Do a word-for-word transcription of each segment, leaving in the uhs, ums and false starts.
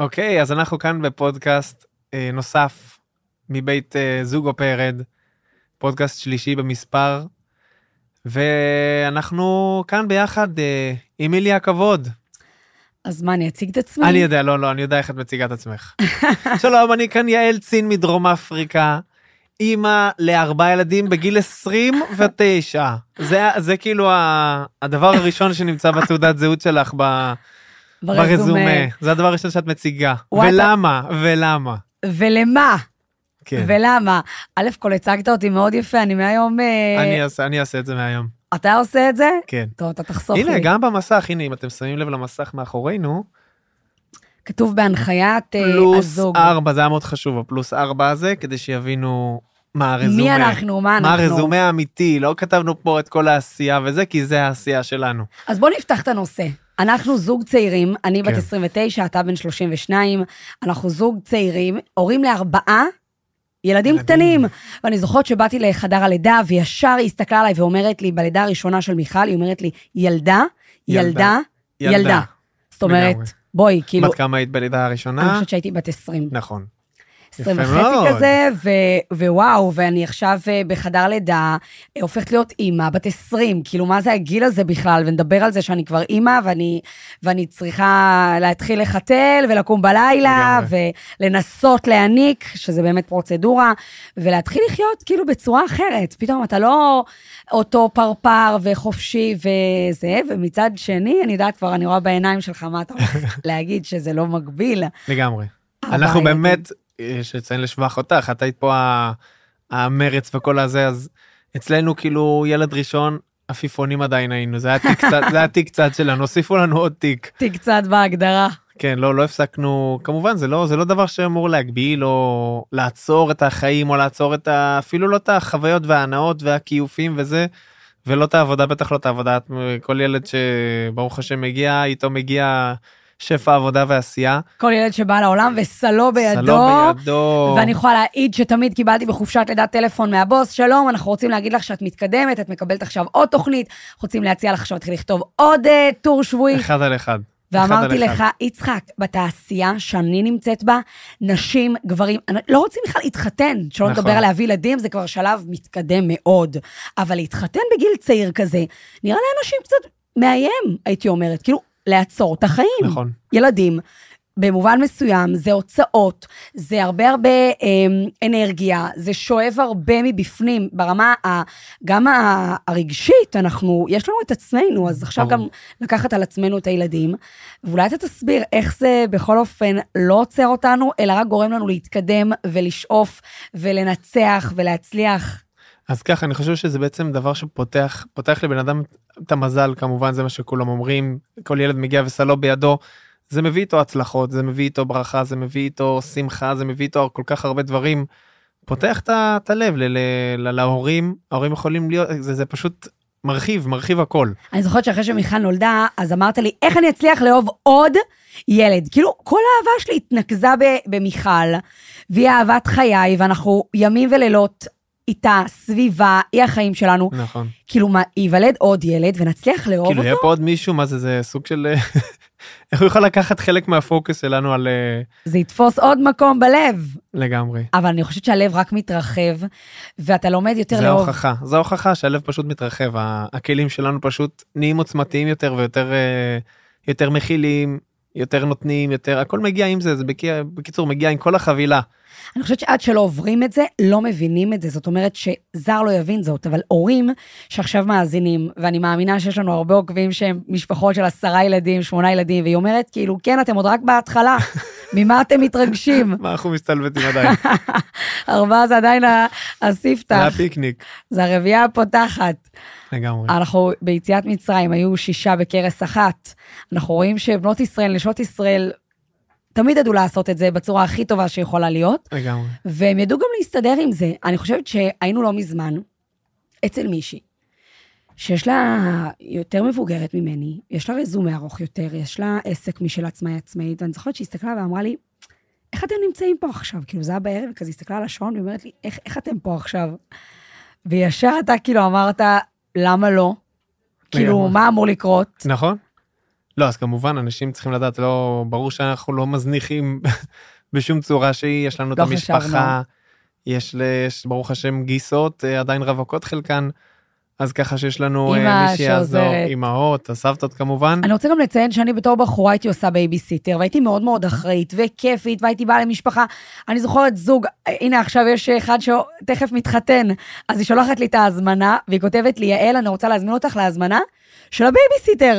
אוקיי, אז אנחנו כאן בפודקאסט אה, נוסף מבית אה, זוג או פרד, פודקאסט שלישי במספר, ואנחנו כאן ביחד אה, עם איליה הכבוד. אז מה, אני אציג את עצמי? אני יודע, לא, לא, אני יודע איך את מציגה את עצמך. שלום, אני כאן יעל צין מדרום אפריקה, אימא לארבעה ילדים בגיל עשרים ותשע. זה, זה כאילו הדבר הראשון שנמצא בתעודת זהות שלך ב... ברזומה. זה הדבר הראשון שאת מציגה. ולמה? ולמה? ולמה? כן. ולמה? א' כל הצגת אותי מאוד יפה, אני מהיום... אני אעשה, אני אעשה את זה מהיום. אתה עושה את זה? כן. טוב, אתה תחשוף לי. הנה, גם במסך, הנה, אם אתם שמים לב למסך מאחורינו, כתוב בהנחיית הזוג. פלוס ארבע, זה היה מאוד חשוב, הפלוס ארבע הזה, כדי שיבינו מה הרזומה. מי אנחנו, מה אנחנו. מה הרזומה האמיתי, לא כתבנו פה את כל העשייה וזה, כי זה העשייה שלנו. אז בוא נפתח את הנושא. אנחנו זוג צעירים, אני בת עשרים ותשע, אתה בן שלושים ושתיים, אנחנו זוג צעירים, הורים לארבעה, ילדים קטנים, ואני זוכרת שבאתי לחדר הלידה, וישר היא הסתכלה עליי ואומרת לי, בלידה הראשונה של מיכל, היא אומרת לי, ילדה, ילדה, ילדה. זאת אומרת, בואי, כאילו... בת כמה היית בלידה הראשונה? אני חושבת שהייתי בת עשרים. נכון. עשרים וחצי כזה, ווואו, ואני עכשיו בחדר לידה, הופכת להיות אימא, בת עשרים, כאילו מה זה הגיל הזה בכלל, ונדבר על זה שאני כבר אימא, ואני צריכה להתחיל לחתל, ולקום בלילה, ולנסות להעניק, שזה באמת פרוצדורה, ולהתחיל לחיות כאילו בצורה אחרת, פתאום אתה לא אותו פרפר וחופשי וזה, ומצד שני, אני יודעת כבר, אני רואה בעיניים שלך מה אתה הולך להגיד, שזה לא מגביל. לגמרי. אנחנו באמת... שציין לשבח אותך, את היית פה המרץ וכל הזה, אז אצלנו כאילו ילד ראשון, עפיפונים עדיין היינו, זה היה תיק צד שלנו, הוסיפו לנו עוד תיק. תיק צד בהגדרה. כן, לא, לא הפסקנו, כמובן, זה לא, זה לא דבר שאמור להגביל, או לעצור את החיים, או לעצור את ה, אפילו לא את החוויות וההנאות והקיופים וזה, ולא את העבודה, בטח לא את העבודה, כל ילד שברוך השם מגיע, איתו מגיע שפע עבודה ועשייה. כל ילד שבא לעולם וסלו בידו. סלו בידו. ואני יכולה להעיד שתמיד קיבלתי בחופשת לידה טלפון מהבוס, שלום, אנחנו רוצים להגיד לך שאת מתקדמת, את מקבלת עכשיו עוד תוכנית, רוצים להציע לך שתתחיל לכתוב עוד uh, טור שבועי. אחד על אחד. ואמרתי לך, אחד. יצחק, בתעשייה שאני נמצאת בה, נשים, גברים, לא רוצים בכלל להתחתן, שלא נכון. נדבר על להביא ילדים, זה כבר שלב מתקדם מאוד, אבל להתחתן בגיל צעיר כזה, נראה לאנשים קצת מאיים, הייתי אומרת, כאילו, לעצור את החיים. נכון. ילדים, במובן מסוים, זה הוצאות, זה הרבה הרבה אה, אנרגיה, זה שואב הרבה מבפנים, ברמה ה, גם הרגשית, אנחנו, יש לנו את עצמנו, אז עכשיו גם לקחת על עצמנו את הילדים, ואולי אתה תסביר איך זה בכל אופן לא עוצר אותנו, אלא רק גורם לנו להתקדם ולשאוף ולנצח ולהצליח. אז ככה, אני חושב שזה בעצם דבר שפותח, פותח לבן אדם את המזל, כמובן, זה מה שכולם אומרים, כל ילד מגיע וסלו בידו, זה מביא איתו הצלחות, זה מביא איתו ברכה, זה מביא איתו שמחה, זה מביא איתו כל כך הרבה דברים, פותח את הלב להורים, ההורים יכולים להיות, זה, זה פשוט מרחיב, מרחיב הכל. אני זוכרת שאחרי שמיכל נולדה, אז אמרת לי, איך אני אצליח לאהוב עוד ילד? כאילו, כל האהבה שלי התנקזה במיכל, והיא אהבת חיי, ואנחנו ימים ולילות, איתה, סביבה, היא החיים שלנו. נכון. כאילו, מה, ייוולד עוד ילד, ונצליח לאהוב כאילו, אותו? יהיה פה עוד מישהו, מה זה, זה סוג של... איך הוא יכול לקחת חלק מהפוקוס שלנו על... זה יתפוס עוד מקום בלב. לגמרי. אבל אני חושבת שהלב רק מתרחב, ואתה לומד יותר זה לאהוב. זה ההוכחה, זה ההוכחה שהלב פשוט מתרחב. הכלים שלנו פשוט נהיים עוצמתיים יותר, ויותר יותר מכילים, יותר נותנים, יותר... הכל מגיע עם זה, זה בקיצור מגיע עם כל החבילה. אני חושבת שעד שלא עוברים את זה, לא מבינים את זה. זאת אומרת שזר לא יבין זאת, אבל הורים שעכשיו מאזינים, ואני מאמינה שיש לנו הרבה עוקבים שהם משפחות של עשרה ילדים, שמונה ילדים, והיא אומרת, כאילו, כן, אתם עוד רק בהתחלה, ממה אתם מתרגשים? מה אנחנו מסתלבטים עדיין? ארבעה זה עדיין הספתח. זה הפיקניק. זה הרביעה הפותחת. לגמרי. אנחנו ביציאת מצרים, היו שישה בקרס אחת. אנחנו רואים שבנות ישראל, נשות ישראל, תמיד ידעו לעשות את זה בצורה הכי טובה שיכולה להיות. לגמרי. והם ידעו גם להסתדר עם זה. אני חושבת שהיינו לא מזמן, אצל מישהי, שיש לה יותר מבוגרת ממני, יש לה רזומה ארוך יותר, יש לה עסק משל עצמאי עצמאית, ואני זוכרת שהיא הסתכלה ואמרה לי, איך אתם נמצאים פה עכשיו? כאילו זה היה בערב, וכזה הסתכלה על השעון, והיא אומרת לי, איך, איך אתם פה עכשיו? וישר אתה כאילו אמרת, למה לא? כאילו, מה אמור לקרות? נכון. לא, אז כמובן, אנשים צריכים לדעת, לא, ברור שאנחנו לא מזניחים בשום צורה שהיא, יש לנו את המשפחה, יש, יש, ברוך השם, גיסות, עדיין רווקות חלקן, אז ככה שיש לנו מי שיעזור, אמהות, הסבתות כמובן. אני רוצה גם לציין שאני בתור בחורה הייתי עושה בייביסיטר, והייתי מאוד מאוד אחראית וכיפית, והייתי באה למשפחה. אני זוכרת זוג, הנה עכשיו יש אחד שתכף מתחתן, אז היא שולחת לי את ההזמנה, והיא כותבת לי, יעל, אני רוצה להזמין אותך להזמנה, של הבייביסיטר,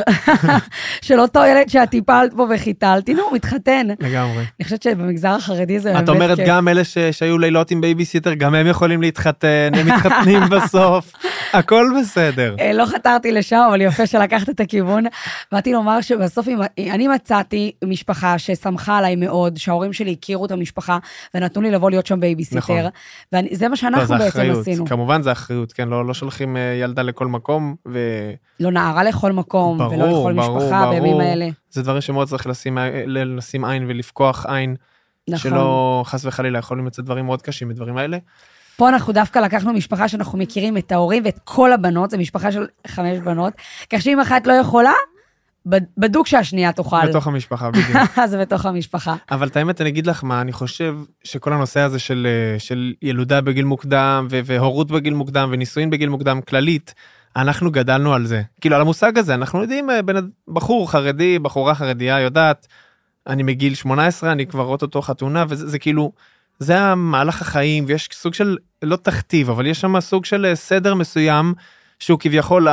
של אותו ילד שאת טיפלת בו וחיתלתי, נו, מתחתן. לגמרי. אני חושבת שבמגזר החרדי זה באמת כיף. את אומרת, גם אלה שהיו לילות עם בייביסיטר, גם הם יכולים להתחתן, הם מתחתנים בסוף, הכל בסדר. לא חתרתי לשם, אבל יפה שלקחת את הכיוון. באתי לומר שבסוף, אני מצאתי משפחה ששמחה עליי מאוד, שההורים שלי הכירו את המשפחה, ונתנו לי לבוא להיות שם בייביסיטר, וזה מה שאנחנו בעצם עשינו. כמובן זה אחריות, כן, לא שולחים ילדה לכל מקום, ו... לא נערה לכל מקום, ברור, ולא לכל ברור, משפחה ברור. בימים האלה. זה דברים שמאוד צריך לשים, לשים עין ולפקוח עין, נכון. שלא חס וחלילה יכולים לצאת דברים מאוד קשים מדברים האלה. פה אנחנו דווקא לקחנו משפחה שאנחנו מכירים את ההורים ואת כל הבנות, זו משפחה של חמש בנות, כך שאם אחת לא יכולה, בדוק שהשנייה תוכל. בתוך המשפחה, בדיוק. זה בתוך המשפחה. אבל את האמת, אני אגיד לך מה, אני חושב שכל הנושא הזה של, של ילודה בגיל מוקדם, והורות בגיל מוקדם, ונישואין בגיל מוקדם כללית, אנחנו גדלנו על זה. כאילו, על המושג הזה, אנחנו יודעים, בין בחור חרדי, בחורה חרדיה, יודעת, אני מגיל שמונה עשרה, אני כבר רואה אותו חתונה, וזה זה כאילו, זה המהלך החיים, ויש סוג של, לא תכתיב, אבל יש שם סוג של סדר מסוים, שהוא כביכול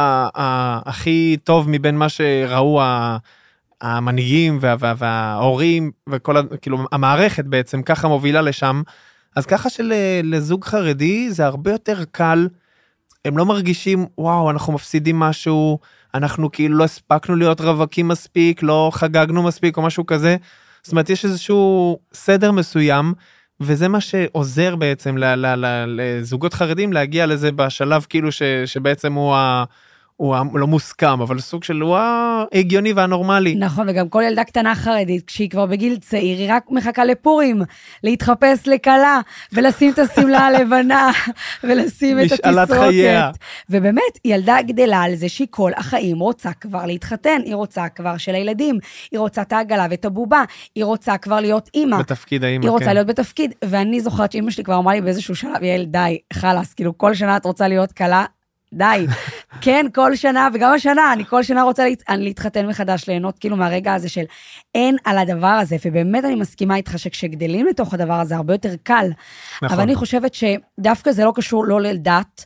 הכי טוב מבין מה שראו המנהיגים וה, וה, וההורים, וכל, כאילו, המערכת בעצם ככה מובילה לשם, אז ככה שלזוג חרדי זה הרבה יותר קל, הם לא מרגישים, וואו, אנחנו מפסידים משהו, אנחנו כאילו לא הספקנו להיות רווקים מספיק, לא חגגנו מספיק או משהו כזה, זאת אומרת, יש איזשהו סדר מסוים, וזה מה שעוזר בעצם לזוגות חרדים להגיע לזה בשלב כאילו ש, שבעצם הוא, ה, הוא ה, לא מוסכם, אבל סוג של הוא ההגיוני והנורמלי. נכון, וגם כל ילדה קטנה חרדית, כשהיא כבר בגיל צעיר, היא רק מחכה לפורים, להתחפש לקלה, ולשים את הסמלה הלבנה, ולשים את התסרוקת. ובאמת, ילדה גדלה על זה שהיא כל החיים רוצה כבר להתחתן, היא רוצה כבר של הילדים, היא רוצה את העגלה ואת הבובה, היא רוצה כבר להיות אימא. בתפקיד האימא, כן. היא רוצה להיות בתפקיד, ואני זוכרת שאימא שלי כבר אמרה לי באיזשהו שלב, יעל, די, חלס, כאילו כל שנה את רוצה להיות קלה, די, כן, כל שנה, וגם השנה, אני כל שנה רוצה להת... להתחתן מחדש, ליהנות כאילו מהרגע הזה של אין על הדבר הזה, ובאמת אני מסכימה איתך שכשגדלים לתוך הדבר הזה, הרבה יותר קל. נכון. אבל אני חושבת שדווקא זה לא קשור לא לדת,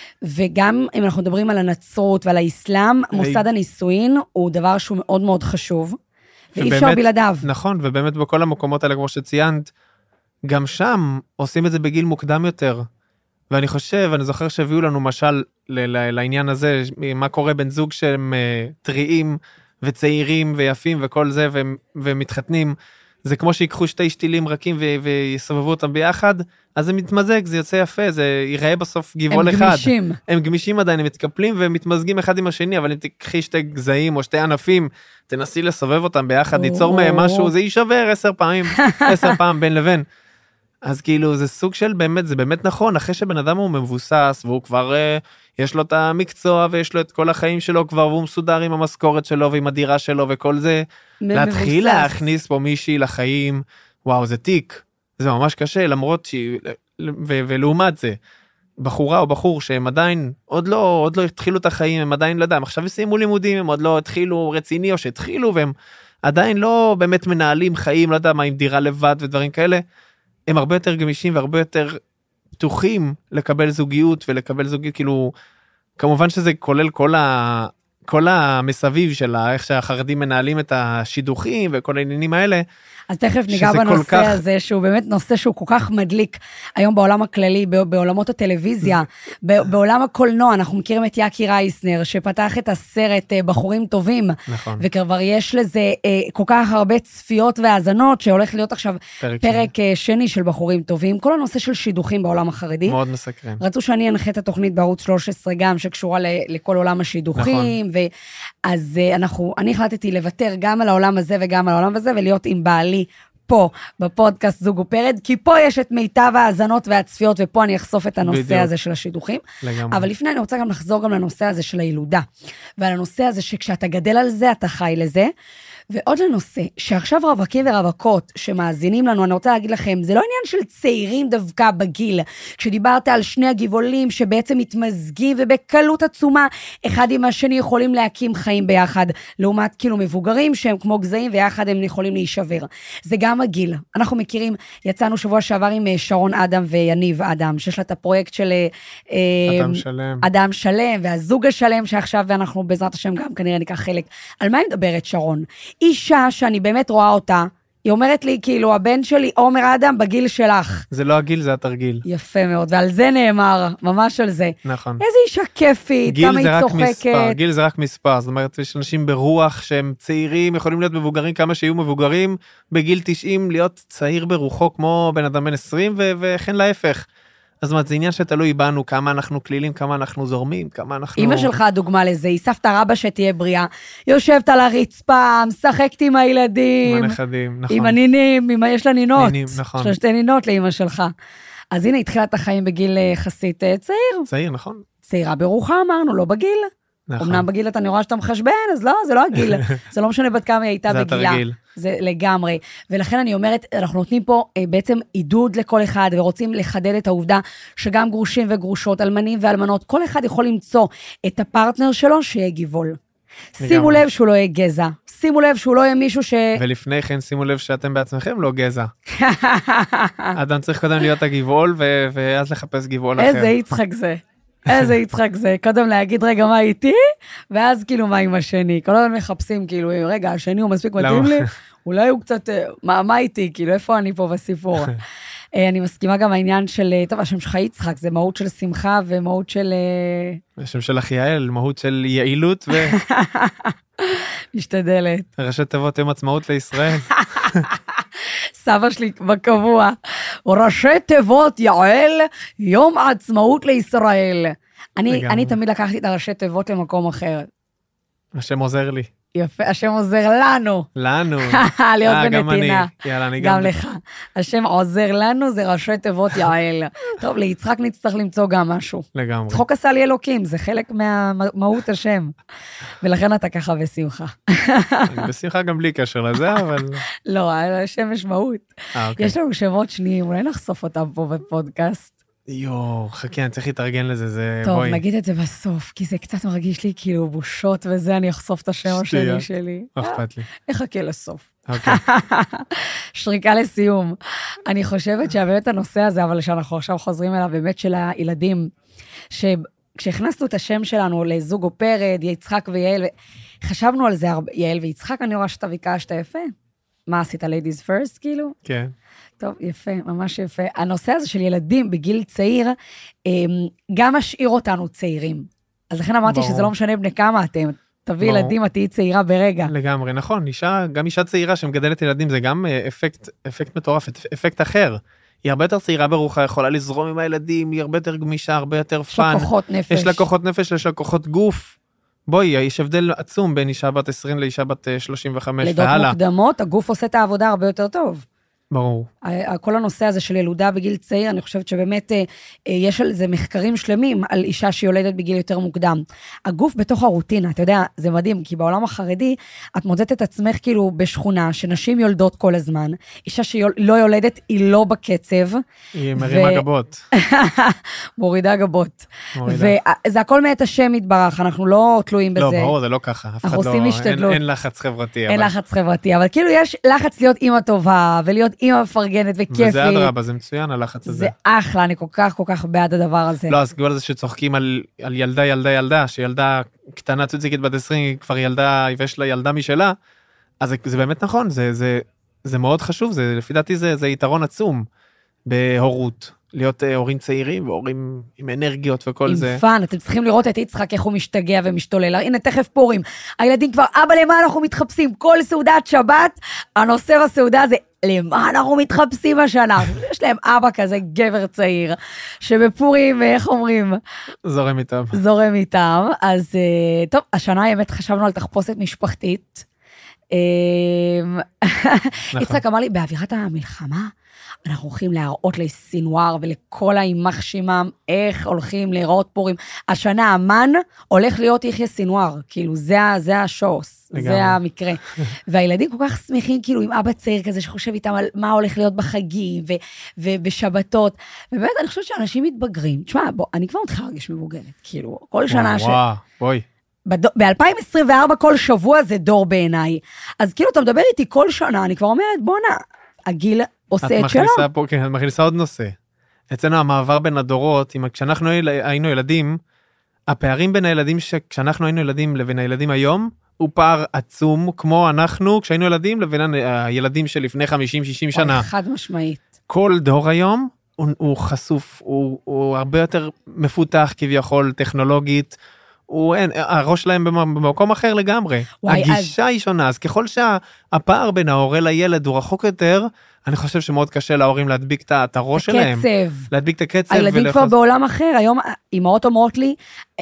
וגם אם אנחנו מדברים על הנצרות ועל האסלאם, מוסד הנישואין הוא דבר שהוא מאוד מאוד חשוב, ואי אפשר בלעדיו. נכון, ובאמת בכל המקומות האלה, כמו שציינת, גם שם עושים את זה בגיל מוקדם יותר. ואני חושב, אני זוכר שהביאו לנו משל לעניין הזה, מה קורה בין זוג שהם טריים וצעירים ויפים וכל זה, ומתחתנים, זה כמו שיקחו שתי שתילים רכים ויסובבו אותם ביחד, אז זה מתמזג, זה יוצא יפה, זה ייראה בסוף גבעול אחד. הם גמישים. הם גמישים עדיין, הם מתקפלים ומתמזגים אחד עם השני, אבל אם תקחי שתי גזעים או שתי ענפים, תנסי לסובב אותם ביחד, ליצור מהם משהו, זה יישבר עשר פעמים, עשר פעם בין לבין. אז כאילו זה סוג של באמת, זה באמת נכון, אחרי שבן אדם הוא מבוסס, והוא כבר, אה, יש לו את המקצוע, ויש לו את כל החיים שלו כבר, והוא מסודר עם המשכורת שלו, ועם הדירה שלו, וכל זה, מבוסס. להתחיל להכניס פה מישהי לחיים, וואו, זה תיק, זה ממש קשה, למרות שהיא, ו- ולעומת זה, בחורה או בחור שהם עדיין, עוד לא, עוד לא התחילו את החיים, הם עדיין לא יודע, הם עכשיו סיימו לימודים, הם עוד לא התחילו רציני, או שהתחילו, והם עדיין לא באמת מנהלים חיים, לא יודע מה, עם דירה לבד ודברים כאלה, הם הרבה יותר גמישים והרבה יותר פתוחים לקבל זוגיות ולקבל זוגיות, כאילו, כמובן שזה כולל כל, ה, כל המסביב שלה, איך שהחרדים מנהלים את השידוכים וכל העניינים האלה. אז תכף ניגע בנושא כך... הזה, שהוא באמת נושא שהוא כל כך מדליק, היום בעולם הכללי, בעולמות הטלוויזיה, בעולם הקולנוע, אנחנו מכירים את יקי רייסנר, שפתח את הסרט בחורים טובים, נכון. וכבר יש לזה כל כך הרבה צפיות והאזנות, שהולך להיות עכשיו פרק, פרק שני. שני של בחורים טובים, כל הנושא של שידוכים בעולם החרדי. מאוד מסקרן. רצו שאני אנחה את התוכנית בערוץ שלוש עשרה גם, שקשורה לכל עולם השידוכים, נכון. ואז אנחנו, אני החלטתי לוותר גם על העולם הזה וגם על העולם הזה, ולהיות עם בעלי פה, בפודקאסט זוג ופרד, כי פה יש את מיטב ההאזנות והצפיות, ופה אני אחשוף את הנושא בדיוק. הזה של השידוכים. לגמרי. אבל לפני אני רוצה גם לחזור גם לנושא הזה של הילודה, ועל הנושא הזה שכשאתה גדל על זה, אתה חי לזה, ועוד לנושא, שעכשיו רווקים ורווקות שמאזינים לנו, אני רוצה להגיד לכם, זה לא עניין של צעירים דווקא בגיל, כשדיברת על שני הגבעולים שבעצם מתמזגים ובקלות עצומה, אחד עם השני יכולים להקים חיים ביחד, לעומת כאילו מבוגרים שהם כמו גזעים ויחד הם יכולים להישבר. זה גם הגיל. אנחנו מכירים, יצאנו שבוע שעבר עם שרון אדם ויניב אדם, שיש לה את הפרויקט של אדם שלם. אדם שלם, והזוג השלם שעכשיו ואנחנו בעזרת השם גם כנראה ניקח חלק. על מה היא מדברת שרון? אישה שאני באמת רואה אותה, היא אומרת לי, כאילו, הבן שלי, עומר אדם, בגיל שלך. זה לא הגיל, זה התרגיל. יפה מאוד, ועל זה נאמר, ממש על זה. נכון. איזה אישה כיפית, כמה היא צוחקת. מספר, גיל זה רק מספר, זאת אומרת, יש אנשים ברוח שהם צעירים, יכולים להיות מבוגרים כמה שיהיו מבוגרים, בגיל תשעים להיות צעיר ברוחו, כמו בן אדם בן עשרים, וכן להפך. אז זאת אומרת, זה עניין שתלוי בנו, כמה אנחנו כלילים, כמה אנחנו זורמים, כמה אנחנו... אמא שלך הדוגמה לזה, היא סבתא רבא שתהיה בריאה, יושבת על הרצפה, משחקת עם הילדים, עם הנכדים, נכון. עם הנינים, עם... יש לה נינות. נינים, נכון. יש לה שתי נינות לאמא שלך. אז הנה, התחילה את החיים בגיל יחסית צעיר. צעיר, נכון. צעירה ברוחה, אמרנו, לא בגיל. נכון. אמנם בגיל אתה נראה שאתה מחשבן, אז לא, זה לא הגיל. זה לא משנה בת כמה היא הייתה בגילה. זה התרגיל. זה לגמרי. ולכן אני אומרת, אנחנו נותנים פה בעצם עידוד לכל אחד, ורוצים לחדד את העובדה שגם גרושים וגרושות, אלמנים ואלמנות, כל אחד יכול למצוא את הפרטנר שלו שיהיה גבעול. שימו לב שהוא לא יהיה גזע. שימו לב שהוא לא יהיה מישהו ש... ולפני כן שימו לב שאתם בעצמכם לא גזע. אדם צריך קודם להיות הגבעול, ו- ואז לחפש גבעול אחר. איזה יצחק זה. איזה יצחק זה, קודם להגיד רגע מה איתי, ואז כאילו מה עם השני, כל הזמן מחפשים כאילו, רגע, השני הוא מספיק מתאים לי, אולי הוא קצת, מה, מה איתי, כאילו, איפה אני פה בסיפור? אני מסכימה גם העניין של, טוב, השם שלך יצחק, זה מהות של שמחה ומהות של... השם של אחיאל, מהות של יעילות ו... משתדלת. ראשי תיבות יום עצמאות לישראל. סבא שלי בקבוע, ראשי תיבות יעל, יום עצמאות לישראל. אני, אני תמיד לקחתי את הראשי תיבות למקום אחר. השם עוזר לי. יפה, השם עוזר לנו. לנו. להיות בנתינה. יאללה, אני גם... גם לך. השם עוזר לנו, זה ראשי תיבות יעל. טוב, ליצחק נצטרך למצוא גם משהו. לגמרי. צחוק עשה לי אלוקים, זה חלק מהמהות השם. ולכן אתה ככה בשמחה. אני בשמחה גם בלי קשר לזה, אבל... לא, השם יש מהות. יש לנו שמות שניים, אולי נחשוף אותם פה בפודקאסט. יו, חכי, אני צריך להתארגן לזה, זה טוב, בואי. טוב, נגיד את זה בסוף, כי זה קצת מרגיש לי כאילו בושות וזה, אני אחשוף את השם השני שלי. אכפת לי. נחכה לסוף. אוקיי. שריקה לסיום. אני חושבת שבאמת הנושא הזה, אבל שאנחנו עכשיו חוזרים אליו, באמת של הילדים, שכשהכנסנו את השם שלנו לזוג או פרד, יצחק ויעל, חשבנו על זה, יעל ויצחק, אני רואה שאתה ביקשת יפה. מה עשית, ladies first, כאילו? כן. טוב, יפה, ממש יפה. הנושא הזה של ילדים בגיל צעיר, גם משאיר אותנו צעירים. אז לכן אמרתי שזה לא משנה בני כמה אתם. תביא ילדים, את תהיי צעירה ברגע. לגמרי, נכון. אישה, גם אישה צעירה שמגדלת ילדים, זה גם אפקט, אפקט מטורף, אפקט אחר. היא הרבה יותר צעירה ברוחה, יכולה לזרום עם הילדים, היא הרבה יותר גמישה, הרבה יותר פן. יש לה כוחות נפש. יש לה כוחות נפש, יש לה כוחות גוף. בואי, יש הבדל עצום בין אישה בת עשרים לאישה בת שלושים וחמש והלאה. לידות מוקדמות, הגוף עושה את העבודה הרבה יותר טוב. ברור. כל הנושא הזה של ילודה בגיל צעיר, אני חושבת שבאמת יש על זה מחקרים שלמים על אישה שיולדת בגיל יותר מוקדם. הגוף בתוך הרוטינה, אתה יודע, זה מדהים, כי בעולם החרדי, את מוצאת את עצמך כאילו בשכונה, שנשים יולדות כל הזמן, אישה שלא יולדת, היא לא בקצב. היא מרימה גבות. מורידה גבות. וזה הכל מאת השם יתברך, אנחנו לא תלויים בזה. לא, ברור, זה לא ככה. אנחנו עושים השתדלות. אין לחץ חברתי. אין לחץ חברתי, אבל כאילו יש לחץ להיות אימא טובה, ולהיות אימא מפרגנת וכיפית. וזה אדרבה, זה מצוין הלחץ הזה. זה אחלה, אני כל כך כל כך בעד הדבר הזה. לא, אז כבר זה שצוחקים על, על ילדה, ילדה, ילדה, שילדה קטנה צוציקית בת עשרים, כבר ילדה, ויש לה ילדה משלה, אז זה, זה באמת נכון, זה, זה, זה מאוד חשוב, זה, לפי דעתי זה, זה יתרון עצום בהורות. להיות הורים צעירים והורים עם אנרגיות וכל עם זה. עם פן, אתם צריכים לראות את יצחק איך הוא משתגע ומשתולל. הנה, תכף פורים. הילדים כבר, אבא, למה אנחנו מתחפשים? כל סעודת שבת, הנושא בסעודה זה, למה אנחנו מתחפשים השנה? יש להם אבא כזה, גבר צעיר, שבפורים, איך אומרים? זורם איתם. זורם איתם. אז טוב, השנה באמת חשבנו על תחפושת משפחתית, יצחק אמר לי, באווירת המלחמה, אנחנו הולכים להראות לסינואר ולכל האימח שמם, איך הולכים להיראות פורים. השנה המן הולך להיות יחיה סינואר, כאילו זה, זה השוס, זה המקרה. והילדים כל כך שמחים, כאילו עם אבא צעיר כזה, שחושב איתם על מה הולך להיות בחגים ו, ובשבתות. ובאמת, אני חושבת שאנשים מתבגרים. תשמע, בוא, אני כבר מתחילה להרגיש מבוגרת, כאילו, כל שנה ש... וואו, בואי. ב-אלפיים עשרים וארבע כל שבוע זה דור בעיניי. אז כאילו, אתה מדבר איתי כל שנה, אני כבר אומרת, בוא נע, הגיל עושה את שלו. פה, כן, את מכניסה עוד נושא. אצלנו המעבר בין הדורות, כשאנחנו היינו ילדים, הפערים בין הילדים שכשאנחנו היינו ילדים לבין הילדים היום, הוא פער עצום, כמו אנחנו כשהיינו ילדים לבין הילדים של לפני חמישים שישים שנה. חד משמעית. כל דור היום הוא, הוא חשוף, הוא, הוא הרבה יותר מפותח כביכול טכנולוגית, הוא אין, הראש שלהם במקום אחר לגמרי. וואי, הגישה אז... היא שונה, אז ככל שהפער בין ההורה לילד הוא רחוק יותר, אני חושב שמאוד קשה להורים להדביק את הראש שלהם. הקצב. להדביק את הקצב. הילדים ולחז... כבר בעולם אחר, היום אמהות אומרות לי,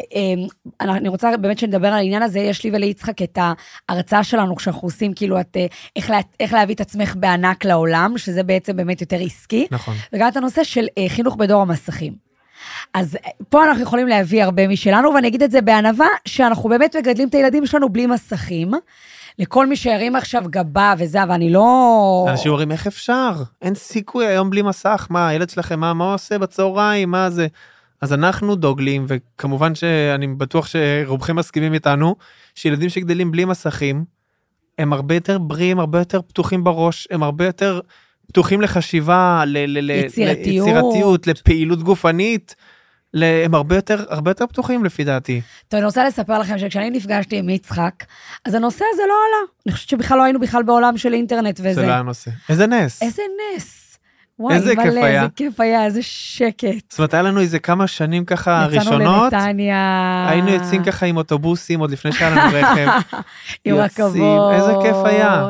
אני רוצה באמת שנדבר על העניין הזה, יש לי וליצחק את ההרצאה שלנו, כשאנחנו עושים כאילו את, איך, לה, איך להביא את עצמך בענק לעולם, שזה בעצם באמת יותר עסקי. נכון. וגם את הנושא של חינוך בדור המסכים. אז פה אנחנו יכולים להביא הרבה משלנו, ואני אגיד את זה בענווה, שאנחנו באמת מגדלים את הילדים שלנו בלי מסכים, לכל מי שירים עכשיו גבה וזה, ואני לא... אנשים אומרים, איך אפשר? אין סיכוי היום בלי מסך, מה, הילד שלכם, מה, מה עושה בצהריים, מה זה? אז אנחנו דוגלים, וכמובן שאני בטוח שרובכם מסכימים איתנו, שילדים שגדלים בלי מסכים, הם הרבה יותר בריאים, הרבה יותר פתוחים בראש, הם הרבה יותר פתוחים לחשיבה, ל- ל- יצירתיות. ליצירתיות, לפעילות גופנית, הם הרבה יותר, הרבה יותר פתוחים לפי דעתי. טוב, אני רוצה לספר לכם שכשאני נפגשתי עם יצחק, אז הנושא הזה לא עלה. אני חושבת שבכלל לא היינו בכלל בעולם של אינטרנט וזה. זה לא הנושא. איזה נס. איזה נס. וואי, איזה כיף היה. איזה כיף היה, איזה שקט. זאת אומרת, היה לנו איזה כמה שנים ככה ראשונות. יצאנו לנתניה. היינו יוצאים ככה עם אוטובוסים, עוד לפני שהיה לנו רכב. עם רכבות. איזה כיף היה.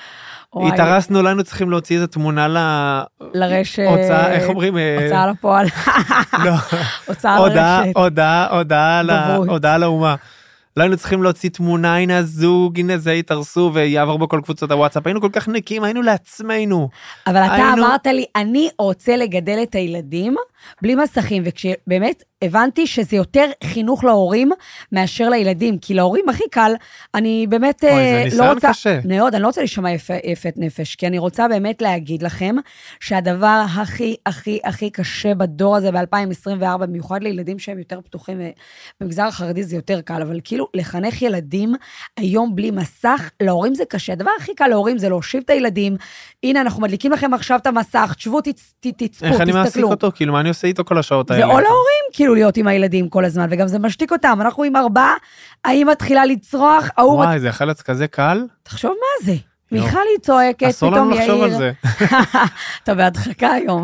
התארסנו, לנו צריכים להוציא איזו תמונה ל... לרשת. הוצאה, איך אומרים? הוצאה לפועל. לא. הוצאה לרשת. הודעה, הודעה לאומה. לא היינו צריכים להוציא תמונה, הנה הזוג, הנה זה יתארסו ויעבור בכל קבוצות הוואטסאפ. היינו כל כך נקים, היינו לעצמנו. אבל אתה אמרת לי, אני רוצה לגדל את הילדים בלי מסכים, וכשבאמת הבנתי שזה יותר חינוך להורים מאשר לילדים, כי להורים הכי קל, אני באמת לא רוצה... מאוד, אני לא רוצה לשמוע יפת נפש, כי אני רוצה באמת להגיד לכם, שהדבר הכי, הכי, הכי קשה בדור הזה ב-אלפיים עשרים וארבע, במיוחד לילדים שהם יותר פתוחים, במגזר החרדי זה יותר קל, אבל כאילו לחנך ילדים היום בלי מסך, להורים זה קשה. הדבר הכי קל להורים זה להושיב את הילדים, הנה אנחנו מדליקים לכם עכשיו את המסך, תשבו, תצפו, תסתכלו. איך אני מעסיק אותו? כאילו, מה אני עושה איתו כל השעות האלה? זה או להורים, כאילו, להיות עם הילדים כל הזמן, וגם זה משתיק אותם. אנחנו עם ארבעה, האמא מתחילה לצרוח, וואי, זה יכול להיות כזה קל? תחשוב מה זה. מיכל היא צועקת, אסור לנו לחשוב על זה. אתה בהדחקה היום.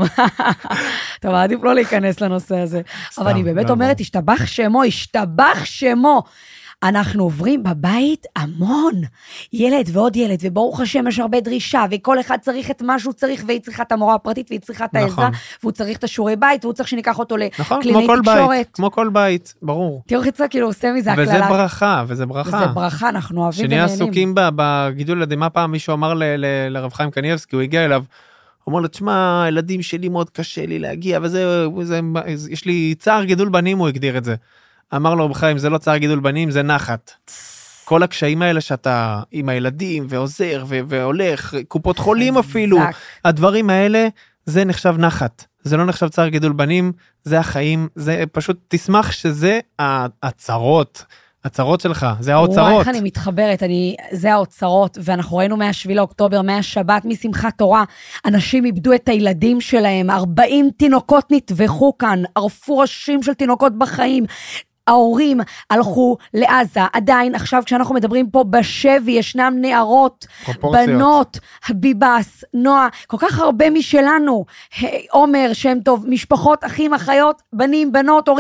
אתה מעדיף לא להיכנס לנושא הזה. אבל אני באמת אומרת, השתבח שמו, השתבח שמו. אנחנו עוברים בבית המון, ילד ועוד ילד, וברוך השם יש הרבה דרישה, וכל אחד צריך את מה שהוא צריך, והיא צריכה את המורה הפרטית, והיא צריכה את העזרה, והוא צריך את השיעורי בית, והוא צריך שניקח אותו לקלינאי תקשורת. כמו כל בית, ברור. תראו חיצה, כאילו עושה מזה הכללה. וזה ברכה, וזה ברכה. וזה ברכה, אנחנו אוהבים ונהנים. שנהיה עסוקים בגידול ילדים, מה פעם מישהו אמר לרב חיים קניבסקי, הוא הגיע אליו, הוא אומר לו, תשמע, הילדים שלי מאוד קשה לי להגיע, וזה, יש לי צער גידול בנים, הוא הגדיר את זה. אמר לו, בחיים, זה לא צער גידול בנים, זה נחת. כל הקשיים האלה שאתה עם הילדים, ועוזר, ו- והולך, קופות חולים אפילו, הדברים האלה, זה נחשב נחת. זה לא נחשב צער גידול בנים, זה החיים, זה פשוט תשמח שזה הצרות, הצרות שלך, זה האוצרות. וואי, איך אני מתחברת, אני, זה האוצרות, ואנחנו ראינו מהשביעי לאוקטובר, מהשבת, משמחת תורה, אנשים איבדו את הילדים שלהם, ארבעים תינוקות נטבחו כאן, ערפו ראשים של תינוקות בחיים, ההורים הלכו לעזה, עדיין עכשיו כשאנחנו מדברים פה בשבי, ישנם נערות, בנות, ביבס, נועה, כל כך הרבה משלנו, עומר, שם טוב, משפחות, אחים, אחיות, בנים, בנות, הורים,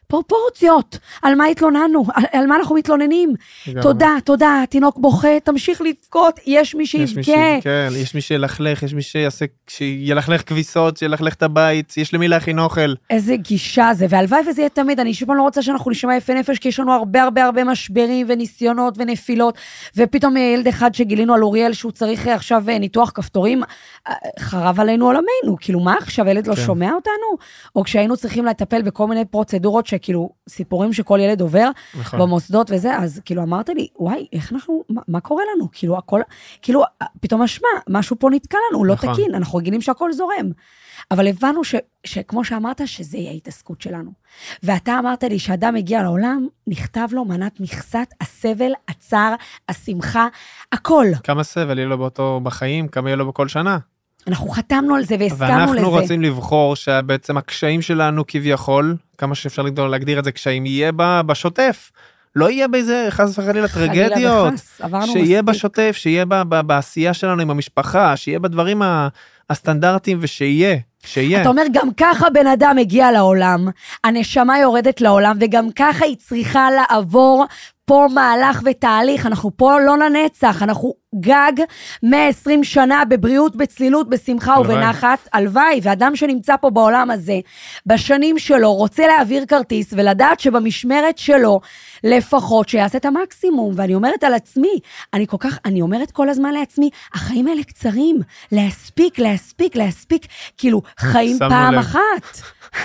פרופורציות, על מה התלוננו, על, על מה אנחנו מתלוננים. גם. תודה, תודה, תינוק בוכה, תמשיך לבכות, יש מי שיבכה. כן, יש מי שילכלך, יש מי שיעשה, שילכלך כביסות, שילכלך את הבית, יש למי להכין אוכל. איזה גישה זה, והלוואי וזה יהיה תמיד, אני שוב לא רוצה שאנחנו נשמע יפה נפש, כי יש לנו הרבה הרבה הרבה משברים וניסיונות ונפילות, ופתאום ילד אחד שגילינו על אוריאל, שהוא צריך עכשיו ניתוח כפתורים, חרב עלינו עולמנו, כאילו מה עכשיו, ילד לא שומע אותנו? או כשהיינו צריכים לטפל בכל מיני פרוצדורות, שכאילו סיפורים שכל ילד עובר במוסדות וזה, אז כאילו אמרת לי, וואי, איך אנחנו, מה, מה קורה לנו? כאילו הכל, כאילו פתאום משמע, משהו פה נתקע לנו, לא תקין, אנחנו רגילים שהכל זורם. אבל הבנו ש, שכמו שאמרת, שזה יהיה ההתעסקות שלנו. ואתה אמרת לי שאדם מגיע לעולם, נכתב לו מנת מכסת, הסבל, הצער, השמחה, הכל. כמה סבל יהיה לו באותו בחיים, כמה יהיה לו בכל שנה. אנחנו חתמנו על זה והסכמנו לזה. ואנחנו רוצים לבחור שבעצם הקשיים שלנו כביכול, כמה שאפשר להגדיר את זה קשיים, יהיה בשוטף. לא יהיה באיזה חס וחלילה טרגדיות. שיהיה בשוטף, שיהיה בעשייה שלנו עם המשפחה, שיהיה בדברים הסטנדרטיים ושיהיה. שיהיה. אתה אומר, גם ככה בן אדם מגיע לעולם, הנשמה יורדת לעולם, וגם ככה היא צריכה לעבור פה מהלך ותהליך, אנחנו פה לא לנצח, אנחנו גג מאה ועשרים שנה בבריאות, בצלילות, בשמחה הלוואי. ובנחת, הלוואי, ואדם שנמצא פה בעולם הזה, בשנים שלו, רוצה להעביר כרטיס, ולדעת שבמשמרת שלו, לפחות שיעשה את המקסימום, ואני אומרת על עצמי, אני כל כך, אני אומרת כל הזמן לעצמי, החיים האלה קצרים, להספיק, להספיק, להספיק, כאילו, חיים פעם לב. אחת.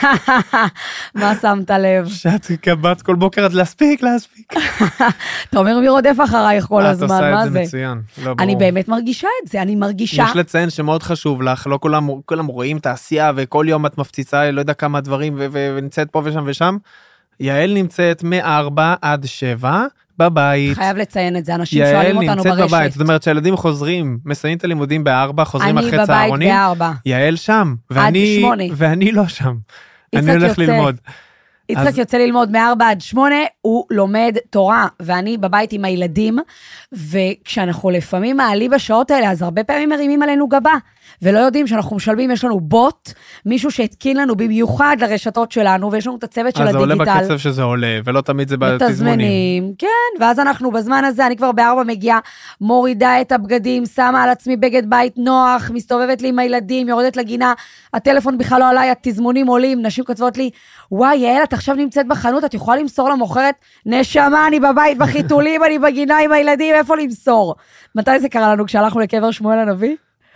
מה שמת לב? שאת קבעת כל בוקר עד להספיק, להספיק. אתה אומר מי רודף אחרייך כל הזמן, מה זה? את עושה את זה מצוין. אני באמת מרגישה את זה, אני מרגישה... יש לציין שמאוד חשוב לך, לא כולם רואים את העשייה, וכל יום את מפציצה, לא יודע כמה דברים, ונמצאת פה ושם ושם. יעל נמצאת מארבע עד שבע בבית. חייב לציין את זה, אנשים שואלים אותנו ברשת. יעל נמצאת בבית, זאת אומרת שהילדים חוזרים, מסיימים את הלימודים בארבע, חוזרים אחרי צהרונים. אני בבית בארבע. יעל שם, ואני, ואני לא שם. אני הולך ללמוד. יצחק יוצא ללמוד מארבע עד שמונה, הוא לומד תורה, ואני בבית עם הילדים, וכשאנחנו לפעמים מעלים בשעות האלה, אז הרבה פעמים מרימים עלינו גבה, ולא יודעים שאנחנו משלבים, יש לנו בוט, מישהו שהתקין לנו במיוחד לרשתות שלנו, ויש לנו את הצוות של הדיגיטל. אז זה עולה בקצב שזה עולה, ולא תמיד זה בתזמונים. כן, ואז אנחנו בזמן הזה, אני כבר בארבע מגיעה, מורידה את הבגדים, שמה על עצמי בגד בית נוח, מסתובבת לי עם הילדים, יורדת לגינה, הטלפון בכלל לא עליי, התזמונים עולים, נשים כותבות לי, וואי, יעל, את עכשיו נמצאת בחנות, את יכולה למסור למוכרת, נשמה, אני בבית בחיתולים, אני בגינה עם הילדים, איפה למסור? מתי זה קרה לנו כשהלכנו לקבר שמואל הנביא?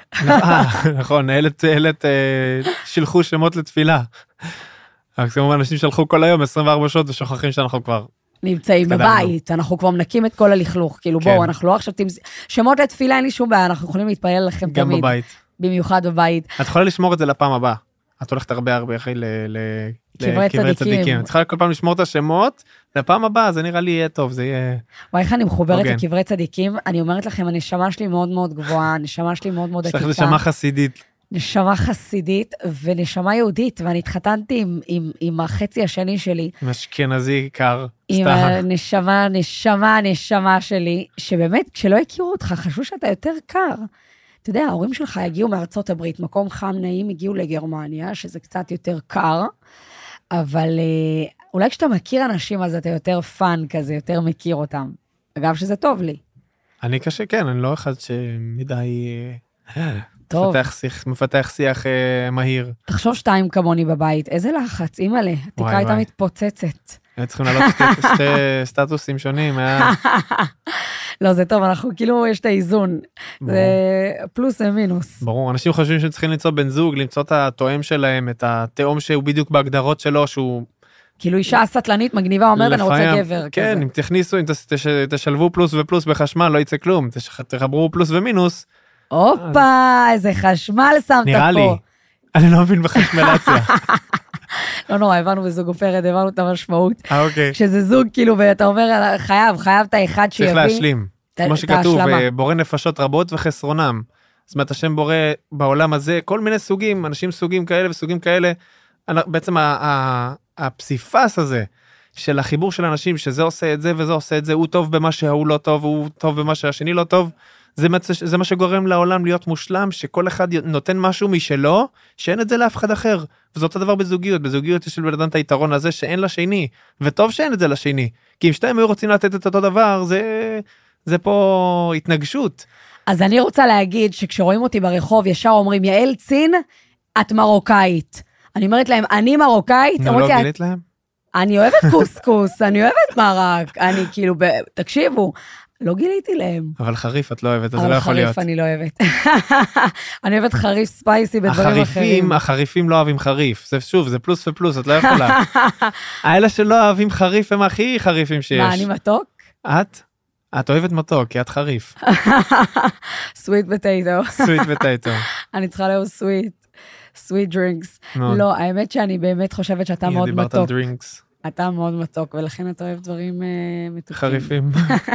נכון, אילת שילחו שמות לתפילה. כמובן, אנשים שלחו כל היום עשרים וארבע שעות ושוכחים שאנחנו כבר נמצאים בבית, אנחנו כבר מנקים את כל הלכלוך, כאילו בואו, אנחנו לא עכשיו, שמות לתפילה אין לי שום בעיה, אנחנו יכולים להתפלל לכם תמיד. גם בבית. במיוחד בבית. את יכולה לשמור את זה לפעם הבאה. את הולכת הרבה הרבה אחרי לקברי צדיקים. את צריכה כל פעם לשמור את השמות, לפעם הבאה זה נראה לי יהיה טוב, זה יהיה... וואי, איך אני מחוברת לקברי צדיקים, אני אומרת לכם, הנשמה שלי מאוד מאוד גבוהה, הנשמה שלי מאוד מאוד עתיקה. יש לך נשמה חסידית. נשמה חסידית ונשמה יהודית, ואני התחתנתי עם, עם, עם החצי השני שלי. עם אשכנזי קר. עם הנשמה, נשמה, נשמה שלי, שבאמת, כשלא הכירו אותך, חשבו שאתה יותר קר. אתה יודע, ההורים שלך הגיעו מארצות הברית, מקום חם נעים, הגיעו לגרמניה, שזה קצת יותר קר, אבל אולי כשאתה מכיר אנשים, אז אתה יותר פאן כזה, יותר מכיר אותם. אגב, שזה טוב לי. אני קשה, כן, אני לא אחד שמדי... טוב. מפתח שיח, מפתח שיח אה, מהיר. תחשוב שתיים כמוני בבית, איזה לחץ, אימא'לה, התקרה הייתה מתפוצצת. היו צריכים לעלות שתי, שתי סטטוסים שונים. היה... לא, זה טוב, אנחנו כאילו, יש את האיזון. ברור. זה פלוס ומינוס. ברור, אנשים חושבים שהם צריכים למצוא בן זוג, למצוא את התואם שלהם, את התאום שהוא בדיוק בהגדרות שלו, שהוא... כאילו אישה סטלנית מגניבה אומרת, אני רוצה גבר. כן, אם תכניסו, אם תשלבו פלוס ופלוס בחשמל, לא יצא כלום. תחברו פלוס ומינוס. הופה, איזה חשמל שמת פה. נראה לי, אני לא מבין בחשמלציה. לא נורא, הבנו בזוג עופרת, הבנו את המשמעות. אה, אוקיי. שזה זוג כאילו, ואתה אומר, חייב, חייב את האחד שיביא. צריך להשלים. כמו שכתוב, בורא נפשות רבות וחסרונם. זאת אומרת, השם בורא בעולם הזה, כל מיני סוגים, אנשים סוגים כאלה וסוגים כאלה. בעצם הפסיפס הזה, של החיבור של אנשים, שזה עושה את זה וזה עושה את זה, הוא טוב במה שהוא לא טוב, הוא טוב במה שהשני לא טוב, זה, זה מה שגורם לעולם להיות מושלם, שכל אחד נותן משהו משלו, שאין את זה לאף אחד אחר. וזה אותו דבר בזוגיות. בזוגיות יש לבן אדם את היתרון הזה שאין לשני, וטוב שאין את זה לשני. כי אם שתיים היו רוצים לתת את אותו דבר, זה, זה פה התנגשות. אז אני רוצה להגיד שכשרואים אותי ברחוב, ישר אומרים, יעל צין, את מרוקאית. אני אומרת להם, אני מרוקאית. נו, לא גילית להם? אני אוהבת קוסקוס, אני אוהבת מרק, אני כאילו, תקשיבו, לא גיליתי להם. אבל חריף את לא אוהבת, אז זה לא יכול להיות. אבל חריף אני לא אוהבת. אני אוהבת חריף ספייסי בדברים אחרים. החריפים לא אוהבים חריף. זה שוב, זה פלוס ופלוס, את לא יכולה. האלה שלא אוהבים חריף הם הכי חריפים שיש. מה, אני מתוק? את? את אוהבת מתוק, כי את חריף. סוויט פטייטו. סוויט פטייטו. אני צריכה לאהוב סוויט. סוויט דרינקס. לא, האמת שאני באמת חושבת שאתה מאוד מתוק. דיברת על דרינקס. אתה מאוד מתוק, ולכן אתה אוהב דברים מתוקים. חריפים.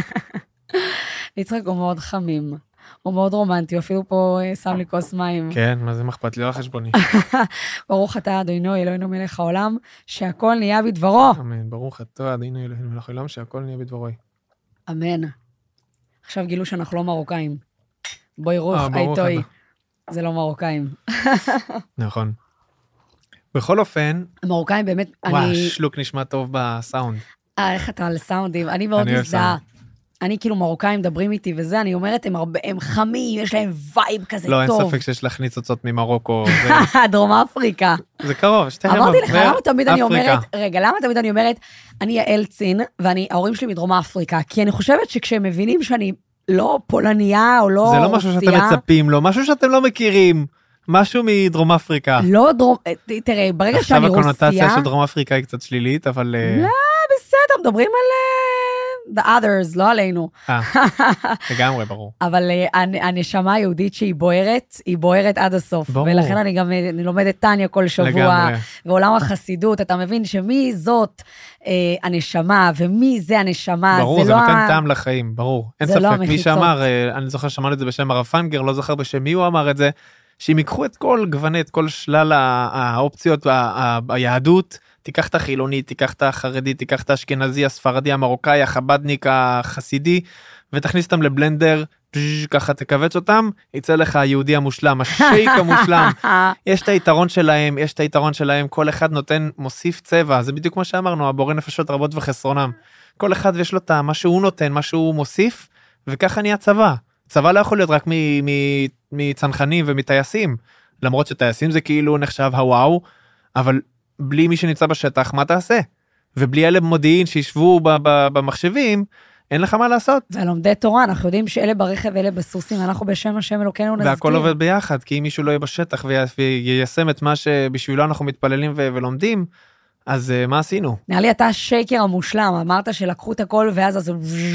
יצחק הוא מאוד חמים. הוא מאוד רומנטי, הוא אפילו פה שם לי כוס מים. כן, מה זה מחפת לי, לא חשבוני. ברוך אתה אדוני אלוהינו מלך העולם, שהכל נהיה בדברו. אמן, ברוך אתה אדוני אלוהינו מלך העולם, שהכל נהיה בדברו. אמן. עכשיו גילו שאנחנו לא מרוקאים. בואי רוח, הייתוי. זה לא מרוקאים. נכון. בכל אופן... המרוקאים באמת... וואו, שלוק נשמע טוב בסאונד. אה, איך אתה על סאונדים? אני מאוד מזדהה. אני כאילו מרוקאים מדברים איתי וזה, אני אומרת, הם הרבה, הם חמים, יש להם וייב כזה טוב. לא, אין ספק שיש לך ניצוצות ממרוקו. דרום אפריקה. זה קרוב, שתיהם אמרתי לך, למה תמיד אני אומרת, רגע, למה תמיד אני אומרת, אני יעל צין, וההורים שלי מדרום אפריקה, כי אני חושבת שכשהם מבינים שאני לא פולניה או לא רוסיה... זה לא משהו שאתם מצפים לו, משהו שאתם לא מכירים, משהו מדרום אפריקה. לא דרום, תראה, ברגע שאני רוסיה... עכשיו הקונוטציה של דרום אפריקה היא קצת שלילית, אבל... לא, בסדר, מדברים על... the others, לא עלינו. לגמרי, ברור. אבל הנשמה היהודית שהיא בוערת, היא בוערת עד הסוף. ברור. ולכן אני גם אני לומדת טניה כל שבוע, לגמרי. ועולם החסידות, אתה מבין שמי זאת אה, הנשמה, ומי זה הנשמה, ברור, זה, זה לא נותן ה... טעם לחיים, ברור. אין ספק, לא מי המחיצות. שאמר, אה, אני זוכר שמענו את זה בשם הרב פנגר, לא זוכר בשם מי הוא אמר את זה, שאם ייקחו את כל גווני, את כל שלל האופציות, היהדות, תיקח את החילוני, תיקח את החרדי, תיקח את האשכנזי, הספרדי, המרוקאי, החבדניק, החסידי, ותכניס אותם לבלנדר, ככה תקבץ אותם, יצא לך היהודי המושלם, השייק המושלם. יש את היתרון שלהם, יש את היתרון שלהם, כל אחד נותן, מוסיף צבע, זה בדיוק כמו שאמרנו, הבורא נפשות רבות וחסרונם. כל אחד יש לו את מה שהוא נותן, מה שהוא מוסיף, וככה נהיה צבא. צבא לא יכול להיות רק מצנחנים ומטייסים, למרות שטייסים זה כאילו נחשב הוואו, אבל בלי מי שנמצא בשטח, מה תעשה? ובלי אלה במודיעין שישבו במחשבים, אין לך מה לעשות. ולומדי תורה, אנחנו יודעים שאלה ברכב ואלה בסוסים, אנחנו בשם השם אלוקינו נזכיר. והכל עובד ביחד, כי אם מישהו לא יהיה בשטח ויישם את מה שבשבילו אנחנו מתפללים ולומדים, אז מה עשינו? נראה לי אתה השייקר המושלם, אמרת שלקחו את הכל ואז אז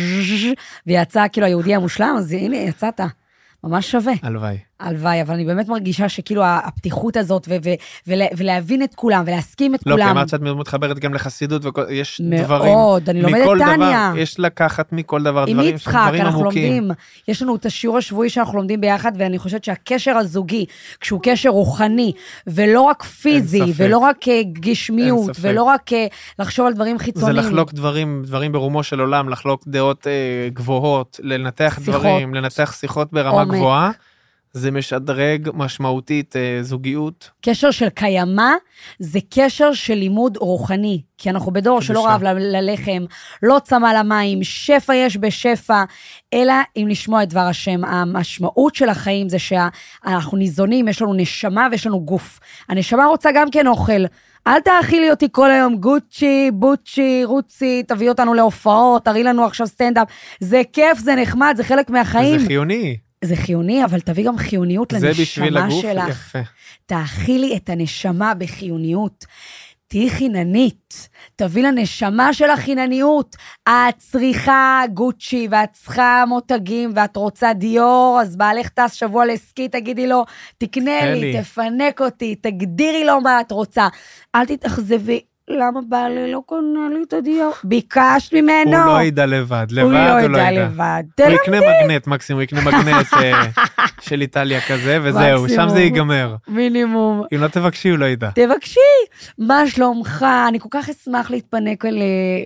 ויצא כאילו היהודי המושלם, אז הנה יצאת. ממש שווה. הלוואי. הלוואי, אבל אני באמת מרגישה שכאילו הפתיחות הזאת, ולהבין את כולם, ולהסכים את כולם. לא, כי אמרת שאת מאוד מתחברת גם לחסידות, ויש דברים. מאוד, אני לומדת טניה. יש לקחת מכל דבר דברים, עם יצחק, אנחנו לומדים. יש לנו את השיעור השבועי שאנחנו לומדים ביחד, ואני חושבת שהקשר הזוגי, כשהוא קשר רוחני, ולא רק פיזי, ולא רק גשמיות, ולא רק לחשוב על דברים חיצוניים. זה לחלוק דברים, דברים ברומו של עולם, לחלוק דעות גבוהות, לנתח דברים, לנתח שיחות ברמה גבוהה. זה משדרג משמעותית זוגיות. קשר של קיימה זה קשר של לימוד רוחני, כי אנחנו בדור שלא רב ללחם, לא צמא למים, שפע יש בשפע, אלא אם לשמוע את דבר השם. המשמעות של החיים זה שאנחנו ניזונים, יש לנו נשמה ויש לנו גוף. הנשמה רוצה גם כן אוכל. אל תאכילי אותי כל היום, גוצ'י, בוצ'י, רוצי, תביא אותנו להופעות, תראי לנו עכשיו סטנדאפ. זה כיף, זה נחמד, זה חלק מהחיים. זה חיוני. זה חיוני, אבל תביא גם חיוניות לנשמה שלך. זה בשביל הגוף, יפה. תאכילי את הנשמה בחיוניות. תהי חיננית, תביא לנשמה של החינניות. את צריכה גוצ'י, ואת צריכה מותגים, ואת רוצה דיור, אז בעלך טס שבוע לסקי, תגידי לו, תקנה לי, תפנק אותי, תגדירי לו מה את רוצה. אל תתאכזבי. למה בעלי לא קונה לי את הדיור? ביקשת ממנו. הוא לא ידע לבד, לבד הוא לא ידע. לבד. הוא יקנה מגנט, מקסימום, הוא יקנה מגנט של איטליה כזה, וזהו, שם זה ייגמר. מינימום. אם לא תבקשי, הוא לא ידע. תבקשי. מה שלומך? אני כל כך אשמח להתפנק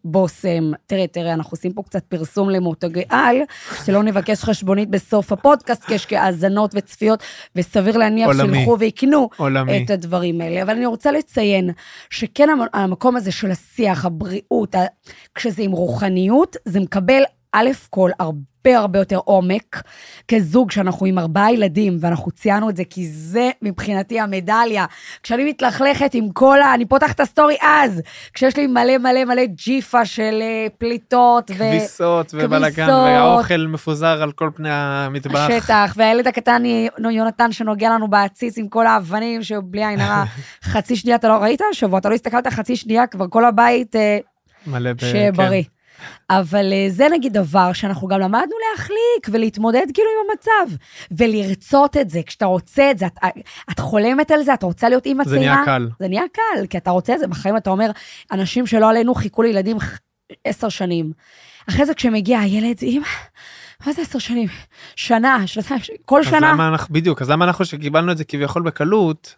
בוסם, תראה, תראה, אנחנו עושים פה קצת פרסום למותגי על, שלא נבקש חשבונית בסוף הפודקאסט, כי יש כהאזנות וצפיות, וסביר להניח שילכו ויקנו את הדברים האלה. אבל אני רוצה לציין, שכן המקום הזה של השיח, הבריאות, כשזה עם רוחניות, זה מקבל א' כל הרבה, הרבה הרבה יותר עומק, כזוג שאנחנו עם ארבעה ילדים, ואנחנו ציינו את זה, כי זה מבחינתי המדליה. כשאני מתלכלכת עם כל ה... אני פותחת את הסטורי אז, כשיש לי מלא מלא מלא ג'יפה של פליטות, כביסות ובלגן, והאוכל מפוזר על כל פני המטבח. השטח, והילד הקטן, יונתן, שנוגע לנו בעציץ עם כל האבנים, שבלי עין הרע, חצי שנייה, אתה לא ראית השבוע, אתה לא הסתכלת חצי שנייה, כבר כל הבית מלא ב... שבריא. אבל זה נגיד דבר שאנחנו גם למדנו להחליק ולהתמודד כאילו עם המצב, ולרצות את זה, כשאתה רוצה את זה, את, את חולמת על זה, אתה רוצה להיות אימא צעירה. זה נהיה קל. זה נהיה קל, כי אתה רוצה את זה, בחיים אתה אומר, אנשים שלא עלינו חיכו לילדים עשר שנים. אחרי זה כשמגיע הילד, אימא, מה זה עשר שנים? שנה, שנתיים, כל שנה. אז למה אנחנו, בדיוק, אז למה אנחנו שקיבלנו את זה כביכול בקלות,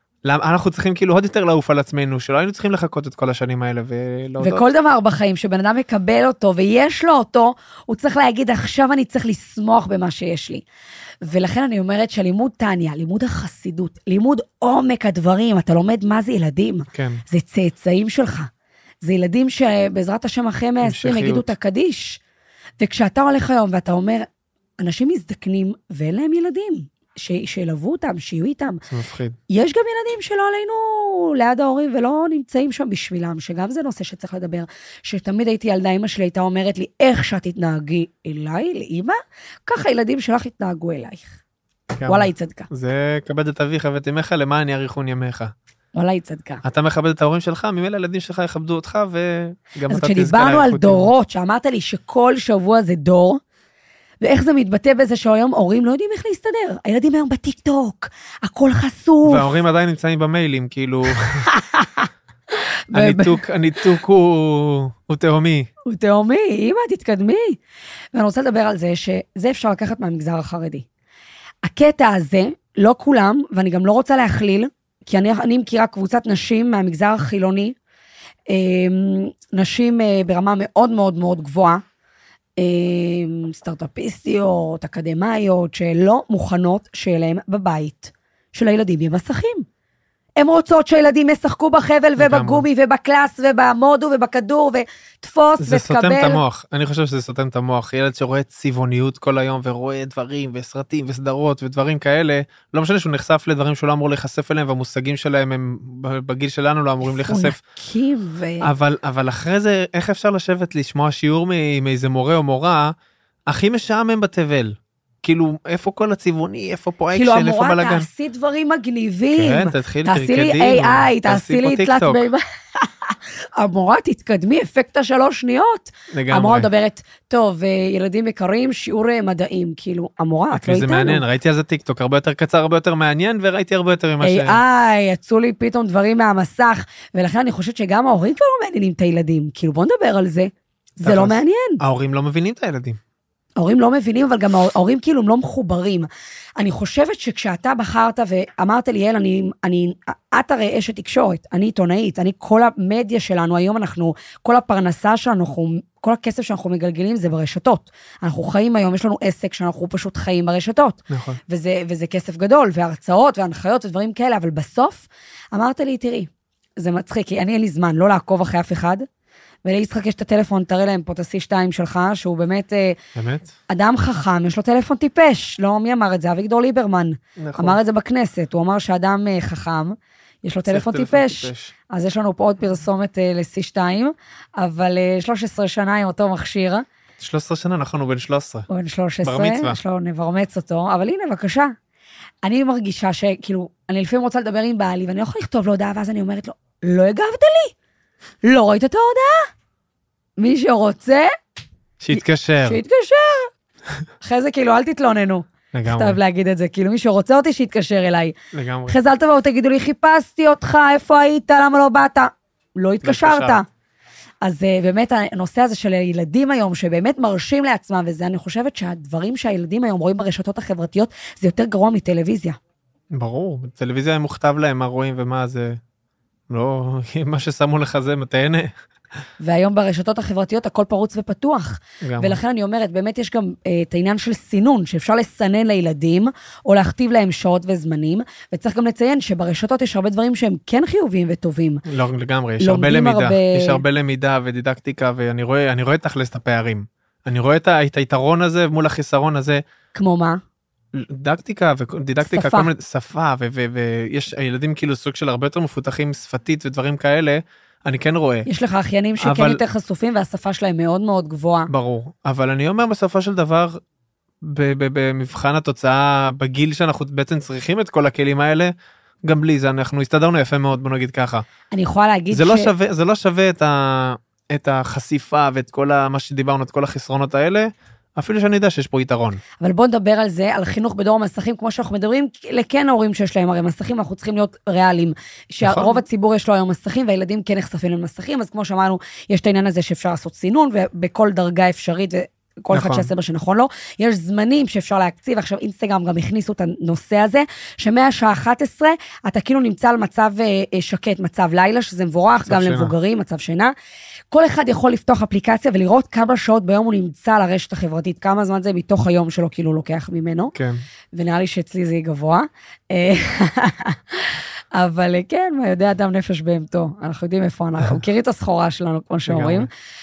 אנחנו צריכים כאילו עוד יותר לעוף על עצמנו, שלא היינו צריכים לחכות את כל השנים האלה ולהודות. וכל דבר בחיים שבן אדם מקבל אותו ויש לו אותו, הוא צריך להגיד, עכשיו אני צריך לשמוח במה שיש לי. ולכן אני אומרת שלימוד טניה, לימוד החסידות, לימוד עומק הדברים, אתה לומד מה זה ילדים. כן. זה צאצאים שלך. זה ילדים שבעזרת השם אחרי מאה ועשרים יגידו את הקדיש. וכשאתה הולך היום ואתה אומר, אנשים מזדקנים ואין להם ילדים. שילוו אותם, שיהיו איתם. זה מפחיד. יש גם ילדים שלא עלינו ליד ההורים ולא נמצאים שם בשבילם, שגם זה נושא שצריך לדבר, שתמיד הייתי ילדה, אמא שלי הייתה אומרת לי, איך שאת תתנהגי אליי, לאמא, ככה ילדים שלך יתנהגו אלייך. וואלה, היא צדקה. זה כבד את אביך ואת אמך, למען יאריכון ימיך. וואלה, היא צדקה. אתה מכבד את ההורים שלך, ממילא הילדים שלך יכבדו אותך, וגם אתה תזכה. אז כשדיברנו על דורות, שאמרת לי שכל שבוע זה דור, ואיך זה מתבטא בזה שהיום הורים לא יודעים איך להסתדר. הילדים היום בטיק טוק, הכל חשוף. וההורים עדיין נמצאים במיילים, כאילו... הניתוק, הניתוק הוא, הוא תאומי. הוא תאומי, אמא, תתקדמי. ואני רוצה לדבר על זה, שזה אפשר לקחת מהמגזר החרדי. הקטע הזה, לא כולם, ואני גם לא רוצה להכליל, כי אני, אני מכירה קבוצת נשים מהמגזר החילוני, נשים ברמה מאוד מאוד מאוד גבוהה, סטארט-אפיסטיות, אקדמאיות, שלא מוכנות שאליהם בבית של הילדים יהיו מסכים. הן רוצות שהילדים ישחקו בחבל ובגומי ובקלאס ובמודו ובכדור ותפוס זה ותקבל. סותם את המוח, אני חושב שזה סותם את המוח. ילד שרואה צבעוניות כל היום ורואה דברים וסרטים וסדרות ודברים כאלה, לא משנה שהוא נחשף לדברים שהוא לא אמור להיחשף אליהם, והמושגים שלהם הם בגיל שלנו לא אמורים להיחשף. ו... אבל, אבל אחרי זה, איך אפשר לשבת לשמוע שיעור מאיזה מורה או מורה, הכי משעמם בתבל. כאילו, איפה כל הצבעוני, איפה פה אקשן, כאילו, איפה בלגן? המורה, תעשי דברים מגניבים. כן, תתחיל, תעשי תרקדי. לי איי איי, תעשי לי תלת טיקטוק. בימה. המורה, תתקדמי, אפקט השלוש שניות. לגמרי. המורה מדברת, טוב, ילדים יקרים, שיעור מדעים. כאילו, המורה, את לא איתנו. זה מעניין, ראיתי על זה טיקטוק, הרבה יותר קצר, הרבה יותר מעניין, וראיתי הרבה יותר ממה ש... איי איי, יצאו לי פתאום דברים מהמסך, ולכן אני חושבת שגם ההורים כבר לא מעניינים את הילדים. כאילו, בוא נדבר על זה. זה לא מעניין. ההורים לא מבינים את הילדים. ההורים לא מבינים, אבל גם ההורים כאילו הם לא מחוברים. אני חושבת שכשאתה בחרת ואמרת לי, יאל, אני, אני, את הרי אשת תקשורת, אני עיתונאית, אני, כל המדיה שלנו, היום אנחנו, כל הפרנסה שלנו, כל הכסף שאנחנו מגלגלים זה ברשתות. אנחנו חיים היום, יש לנו עסק שאנחנו פשוט חיים ברשתות. נכון. וזה, וזה כסף גדול, והרצאות והנחיות ודברים כאלה, אבל בסוף אמרת לי, תראי, זה מצחיק, כי אני אין לי זמן לא לעקוב אחרי אף אחד, וליצחק יש את הטלפון, תראה להם פה את ה-סי שתיים שלך, שהוא באמת, באמת? אדם חכם, יש לו טלפון טיפש, לא, מי אמר את זה? אביגדור ליברמן. נכון. אמר את זה בכנסת, הוא אמר שאדם חכם, יש לו טלפון טיפש, טיפש, אז יש לנו פה עוד פרסומת ל-סי שתיים, אבל שלוש עשרה שנה עם אותו מכשיר. שלוש עשרה שנה, נכון, הוא בן שלוש עשרה. הוא בן שלוש עשרה, בר מצווה. יש לו נברמץ אותו, אבל הנה, בבקשה. אני מרגישה שכאילו, אני לפעמים רוצה לדבר עם בעלי, ואני לא יכולה לכתוב לו הודעה, ואז אני אומרת לו, לא הגבת לי? לא ראית את ההודעה? מי שרוצה... שיתקשר. שיתקשר. אחרי זה כאילו, אל תתלוננו. לגמרי. כתב להגיד את זה, כאילו מי שרוצה אותי שיתקשר אליי. לגמרי. אחרי זה אל תבואו, תגידו לי, חיפשתי אותך, איפה היית, למה לא באת? לא התקשרת. אז באמת הנושא הזה של הילדים היום, שבאמת מרשים לעצמם, וזה אני חושבת שהדברים שהילדים היום רואים ברשתות החברתיות, זה יותר גרוע מטלוויזיה. ברור, טלוויזיה מוכתב להם מה רואים ומה זה... לא, מה ששמו לך זה, תהנה. והיום ברשתות החברתיות הכל פרוץ ופתוח. גם. ולכן אני אומרת, באמת יש גם אה, את העניין של סינון, שאפשר לסנן לילדים, או להכתיב להם שעות וזמנים, וצריך גם לציין שברשתות יש הרבה דברים שהם כן חיוביים וטובים. לא, לגמרי, יש הרבה למידה, הרבה... יש הרבה למידה ודידקטיקה, ואני רואה, אני רואה תכלס את הפערים. אני רואה את, את היתרון הזה מול החיסרון הזה. כמו מה? דידקטיקה ודידקטיקה, כל מיני, שפה, ויש הילדים כאילו סוג של הרבה יותר מפותחים שפתית ודברים כאלה, אני כן רואה. יש לך אחיינים שכן אבל... יותר חשופים, והשפה שלהם מאוד מאוד גבוהה. ברור, אבל אני אומר בסופו של דבר, במבחן התוצאה, בגיל שאנחנו בעצם צריכים את כל הכלים האלה, גם בלי זה, אנחנו הסתדרנו יפה מאוד, בוא נגיד ככה. אני יכולה להגיד זה ש... לא שווה, זה לא שווה את, ה, את החשיפה ואת כל ה, מה שדיברנו, את כל החסרונות האלה, אפילו שאני יודע שיש פה יתרון. אבל בוא נדבר על זה, על חינוך בדור המסכים, כמו שאנחנו מדברים, לכן ההורים שיש להם הרי מסכים, אנחנו צריכים להיות ריאליים, שרוב הציבור יש לו היום מסכים, והילדים כן נחשפים למסכים, אז כמו שאמרנו, יש את העניין הזה שאפשר לעשות סינון, ובכל דרגה אפשרית, כל אחד שיעשה מה שנכון לו, יש זמנים שאפשר להקציב, עכשיו אינסטגרם גם הכניסו את הנושא הזה, שמהשעה אחת עשרה, אתה כאילו נמצא על מצב שקט, מצב לילה, שזה מבורך, גם למבוגרים, מצב שינה. כל אחד יכול לפתוח אפליקציה ולראות כמה שעות ביום הוא נמצא על הרשת החברתית, כמה זמן זה מתוך היום שלו כאילו לוקח ממנו. כן. ונראה לי שאצלי זה יהיה גבוה. אבל כן, מה יודע אדם נפש בהמתו, אנחנו יודעים איפה אנחנו, מכירים את הסחורה שלנו, כמו שאומרים.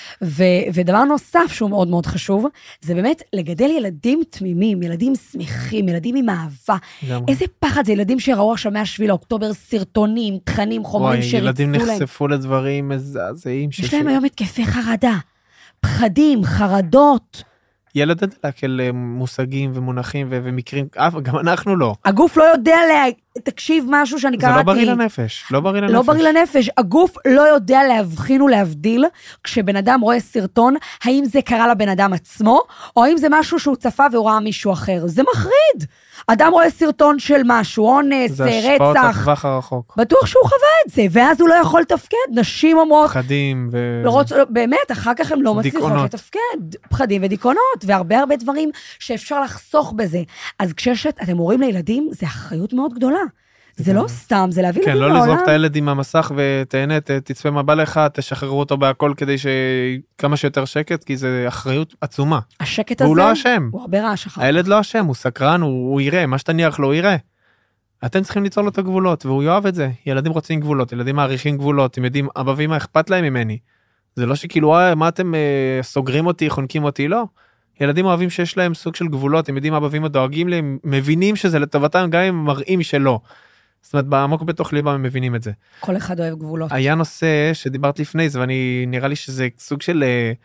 ודבר נוסף שהוא מאוד מאוד חשוב, זה באמת לגדל ילדים תמימים, ילדים שמחים, ילדים עם אהבה. איזה פחד זה ילדים שראו עכשיו מהשביעי לאוקטובר, סרטונים, תכנים, חומרים שריצפו להם. ילדים נחשפו לדברים מזעזעים. יש להם היום התקפי חרדה, פחדים, חרדות. ילד יודע להקל מושגים ומונחים ומקרים, גם אנחנו לא. הגוף לא יודע לה... תקשיב משהו שאני קראתי. זה לא בריא לנפש, לא בריא לנפש. לא בריא לנפש. הגוף לא יודע להבחין ולהבדיל, כשבן אדם רואה סרטון, האם זה קרה לבן אדם עצמו, או האם זה משהו שהוא צפה והוא ראה מישהו אחר. זה מחריד. אדם רואה סרטון של משהו, אונס, רצח. זה השפעות הטווח הרחוק. בטוח שהוא חווה את זה, ואז הוא לא יכול לתפקד. נשים אומרות... פחדים ו... לרוץ, באמת, אחר כך הם לא מצליחות לתפקד. פחדים ודיכאונות, והרבה הרבה דברים שאפשר לחסוך בזה. אז כשאתם הורים לילדים, זה אחריות מאוד גדולה. זה לא סתם, זה להביא לילדים לעולם. כן, לא לזרוק את הילד עם המסך ותהנה, תצפה מה בא לך, תשחררו אותו בהכל כדי שכמה שיותר שקט, כי זה אחריות עצומה. השקט הזה, והוא לא אשם. הוא הרבה רעש אחר. הילד לא אשם, הוא סקרן, הוא יראה, מה שתניח לו, הוא יראה. אתם צריכים ליצור לו את הגבולות, והוא יאהב את זה. ילדים רוצים גבולות, ילדים מעריכים גבולות, הם יודעים, אבא ואמא אכפת להם ממני. זה לא שכאילו, מה אתם סוגרים אותי, חונקים אותי, לא. ילדים אוהבים שיש להם סוג של גבולות, הם יודעים אבא ואמא דואגים להם, מבינים שזה לטובתם, גם אם מראים שלא. זאת אומרת, בעמוק בתוך ליבם הם מבינים את זה. כל אחד אוהב גבולות. היה נושא שדיברת לפני זה, ואני נראה לי שזה סוג של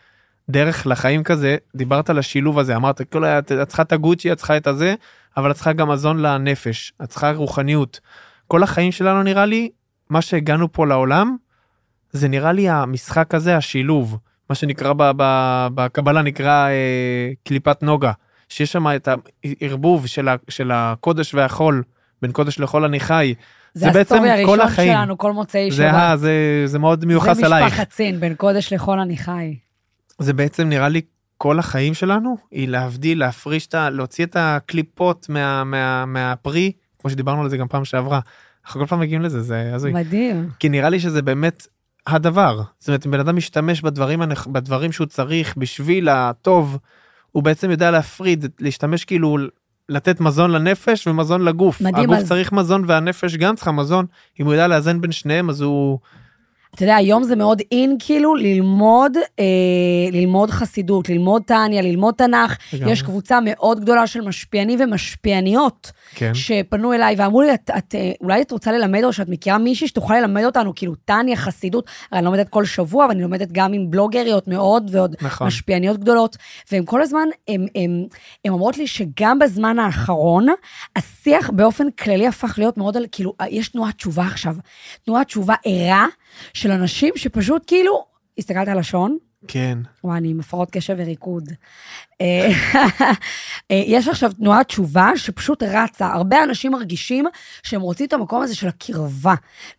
דרך לחיים כזה, דיברת על השילוב הזה, אמרת, את צריכה את הגוצ'י, את צריכה את הזה, אבל את צריכה גם מזון לנפש, את צריכה רוחניות. כל החיים שלנו נראה לי, מה שהגענו פה לעולם, זה נראה לי המשחק הזה, השילוב, מה שנקרא בקבלה נקרא קליפת נוגה, שיש שם את הערבוב של הקודש והחול, בין קודש לחול אני חי. זה, זה בעצם כל החיים. שלנו, כל מוצאי שבת. זה, זה, זה מאוד מיוחס זה עלייך. זה משפחת צין, בין קודש לחול אני חי. זה בעצם נראה לי כל החיים שלנו, היא להבדיל, להפריש, להוציא את הקליפות מה, מה, מהפרי, כמו שדיברנו על זה גם פעם שעברה. אנחנו כל פעם מגיעים לזה, זה הזוי. מדהים. כי נראה לי שזה באמת הדבר. זאת אומרת, אם בן אדם משתמש בדברים, בדברים שהוא צריך בשביל הטוב, הוא בעצם יודע להפריד, להשתמש כאילו... לתת מזון לנפש ומזון לגוף. הגוף אז... צריך מזון והנפש גם צריכה מזון. אם הוא יודע לאזן בין שניהם, אז הוא... אתה יודע, היום זה מאוד אין כאילו ללמוד, אה, ללמוד חסידות, ללמוד תניה, ללמוד תנ"ך. יש קבוצה מאוד גדולה של משפיענים ומשפיעניות, כן. שפנו אליי ואמרו לי, את, את, אולי את רוצה ללמד או שאת מכירה מישהי שתוכל ללמד אותנו, כאילו תניה, חסידות, הרי אני לומדת כל שבוע, ואני לומדת גם עם בלוגריות מאוד ועוד נכון. משפיעניות גדולות, והם כל הזמן, הם, הם, הם אומרות לי שגם בזמן האחרון, השיח באופן כללי הפך להיות מאוד על, כאילו, יש תנועת תשובה עכשיו, תנועת תשובה ערה, של אנשים שפשוט כאילו, הסתכלת על השעון? כן. וואי, אני מפרות קשב וריקוד. יש עכשיו תנועת תשובה שפשוט רצה. הרבה אנשים מרגישים שהם רוצים את המקום הזה של הקרבה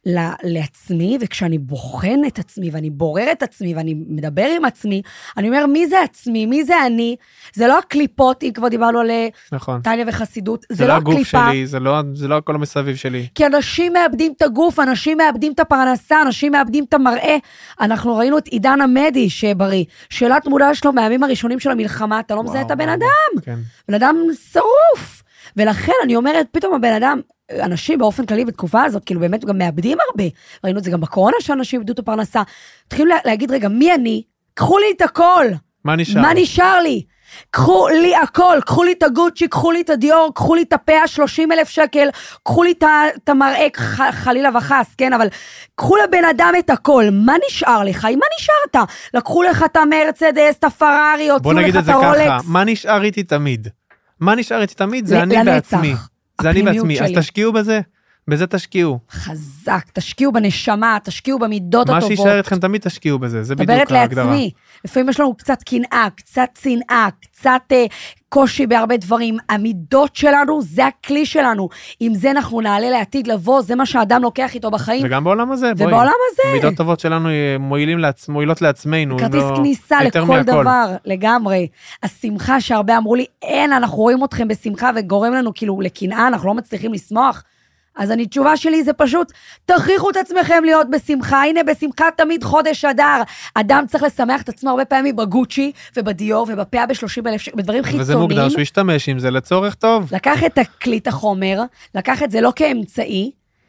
לעצמי, וכשאני בוחן את עצמי, ואני בורר את עצמי, ואני מדבר עם עצמי, אני אומר, מי זה עצמי? מי זה אני? זה לא הקליפות, אם כבר דיברנו על טניה וחסידות, זה לא הקליפה. זה לא הגוף שלי, זה לא הכל המסביב שלי. כי אנשים מאבדים את הגוף, אנשים מאבדים את הפרנסה, אנשים מאבדים את המראה. אנחנו ראינו את עידן עמדי שבריא, שאלת מודע שלו מהימים הראשונים של המלחמה, אתה לא מזהה את הבן אדם. כן. בן אדם שרוף. ולכן אני אומרת, פתאום הבן אדם, אנשים באופן כללי בתקופה הזאת, כאילו באמת גם מאבדים הרבה. ראינו את זה גם בקורונה, שאנשים איבדו את הפרנסה. התחילו להגיד, רגע, מי אני? קחו לי את הכל. מה נשאר? מה נשאר לי? קחו לי הכל, קחו לי את הגוצ'י, קחו לי את הדיור, קחו לי את הפה, שלושים אלף שקל, קחו לי את המראה, חלילה וחס, כן, אבל קחו לבן אדם את הכל, מה נשאר לך? מה נשארת? לקחו לך את המרצדס, את הפרארי, הוציאו לך את הרולקס. בוא נגיד את זה ככה, מה נשאר איתי תמיד? מה נשאר איתי תמיד? זה אני בעצמי. זה אני בעצמי, אז תשקיעו בזה. בזה תשקיעו. חזק, תשקיעו בנשמה, תשקיעו במידות הטובות. מה שישאר אתכם תמיד תשקיעו בזה, זה בדיוק ההגדרה. מדברת לעצמי, לפעמים יש לנו קצת קנאה, קצת צנעה, קצת אה, קושי בהרבה דברים. המידות שלנו, זה הכלי שלנו. עם זה אנחנו נעלה לעתיד לבוא, זה מה שהאדם לוקח איתו בחיים. וגם בעולם הזה, בואי. ובעולם הזה. מידות טובות שלנו מועילים לעצ... מועילות לעצמנו. כרטיס לא... כניסה לכל מהכל. דבר, לגמרי. השמחה שהרבה אמרו לי, אין, אנחנו רואים אתכם בשמחה וגורם לנו כאילו לקנאה, אנחנו לא מצליחים לשמוח. אז אני, תשובה שלי זה פשוט, תכריחו את עצמכם להיות בשמחה, הנה בשמחה תמיד חודש אדר, אדם צריך לשמח את עצמו הרבה פעמים בגוצ'י ובדיור ובפאה ב-שלושים אלף שקל, בדברים חיצוניים. וזה מוגדר שהוא ישתמש עם זה לצורך טוב. לקח את הקליט החומר, לקח את זה לא כאמצעי,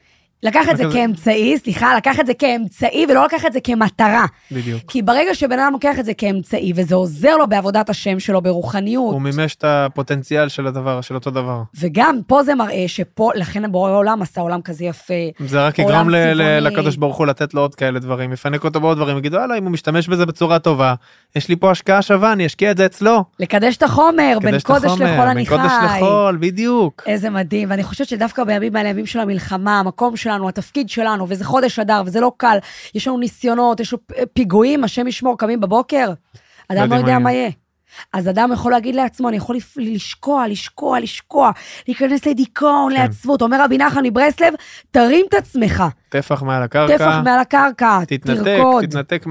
לקח את זה כאמצעי, סליחה, לקח את זה כאמצעי, ולא לקח את זה כמטרה. בדיוק. כי ברגע שבן אדם לוקח את זה כאמצעי, וזה עוזר לו בעבודת השם שלו, ברוחניות. הוא מימש את הפוטנציאל של הדבר, של אותו דבר. וגם פה זה מראה שפה, לכן בורא העולם עשה עולם כזה יפה. זה רק יגרום לקדוש ברוך הוא לתת לו עוד כאלה דברים, יפנק אותו בעוד דברים, יגידו, אלא, אם הוא משתמש בזה בצורה טובה, יש לי פה השקעה שווה, אני אשקיע את זה אצלו. לקדש את החומר, בין קודש לחול אני חי. בין קודש לחול, בדיוק. איזה מדהים, ואני חושבת שדווקא בימים האלה, ימים של המלחמה, המקום שלנו, התפקיד שלנו, וזה חודש אדר, וזה לא קל, יש לנו ניסיונות, יש לנו פיגועים, השם ישמור, קמים בבוקר, אדם לא יודע מה יהיה. אז אדם יכול להגיד לעצמו, אני יכול לשקוע, לשקוע, לשקוע, להיכנס לדיכאון, לעצבות. אומר רבי נחמן מברסלב, תרים את עצמך. טפח מעל הקרקע. טפח מעל הקרקע, תרקוד. תתנתק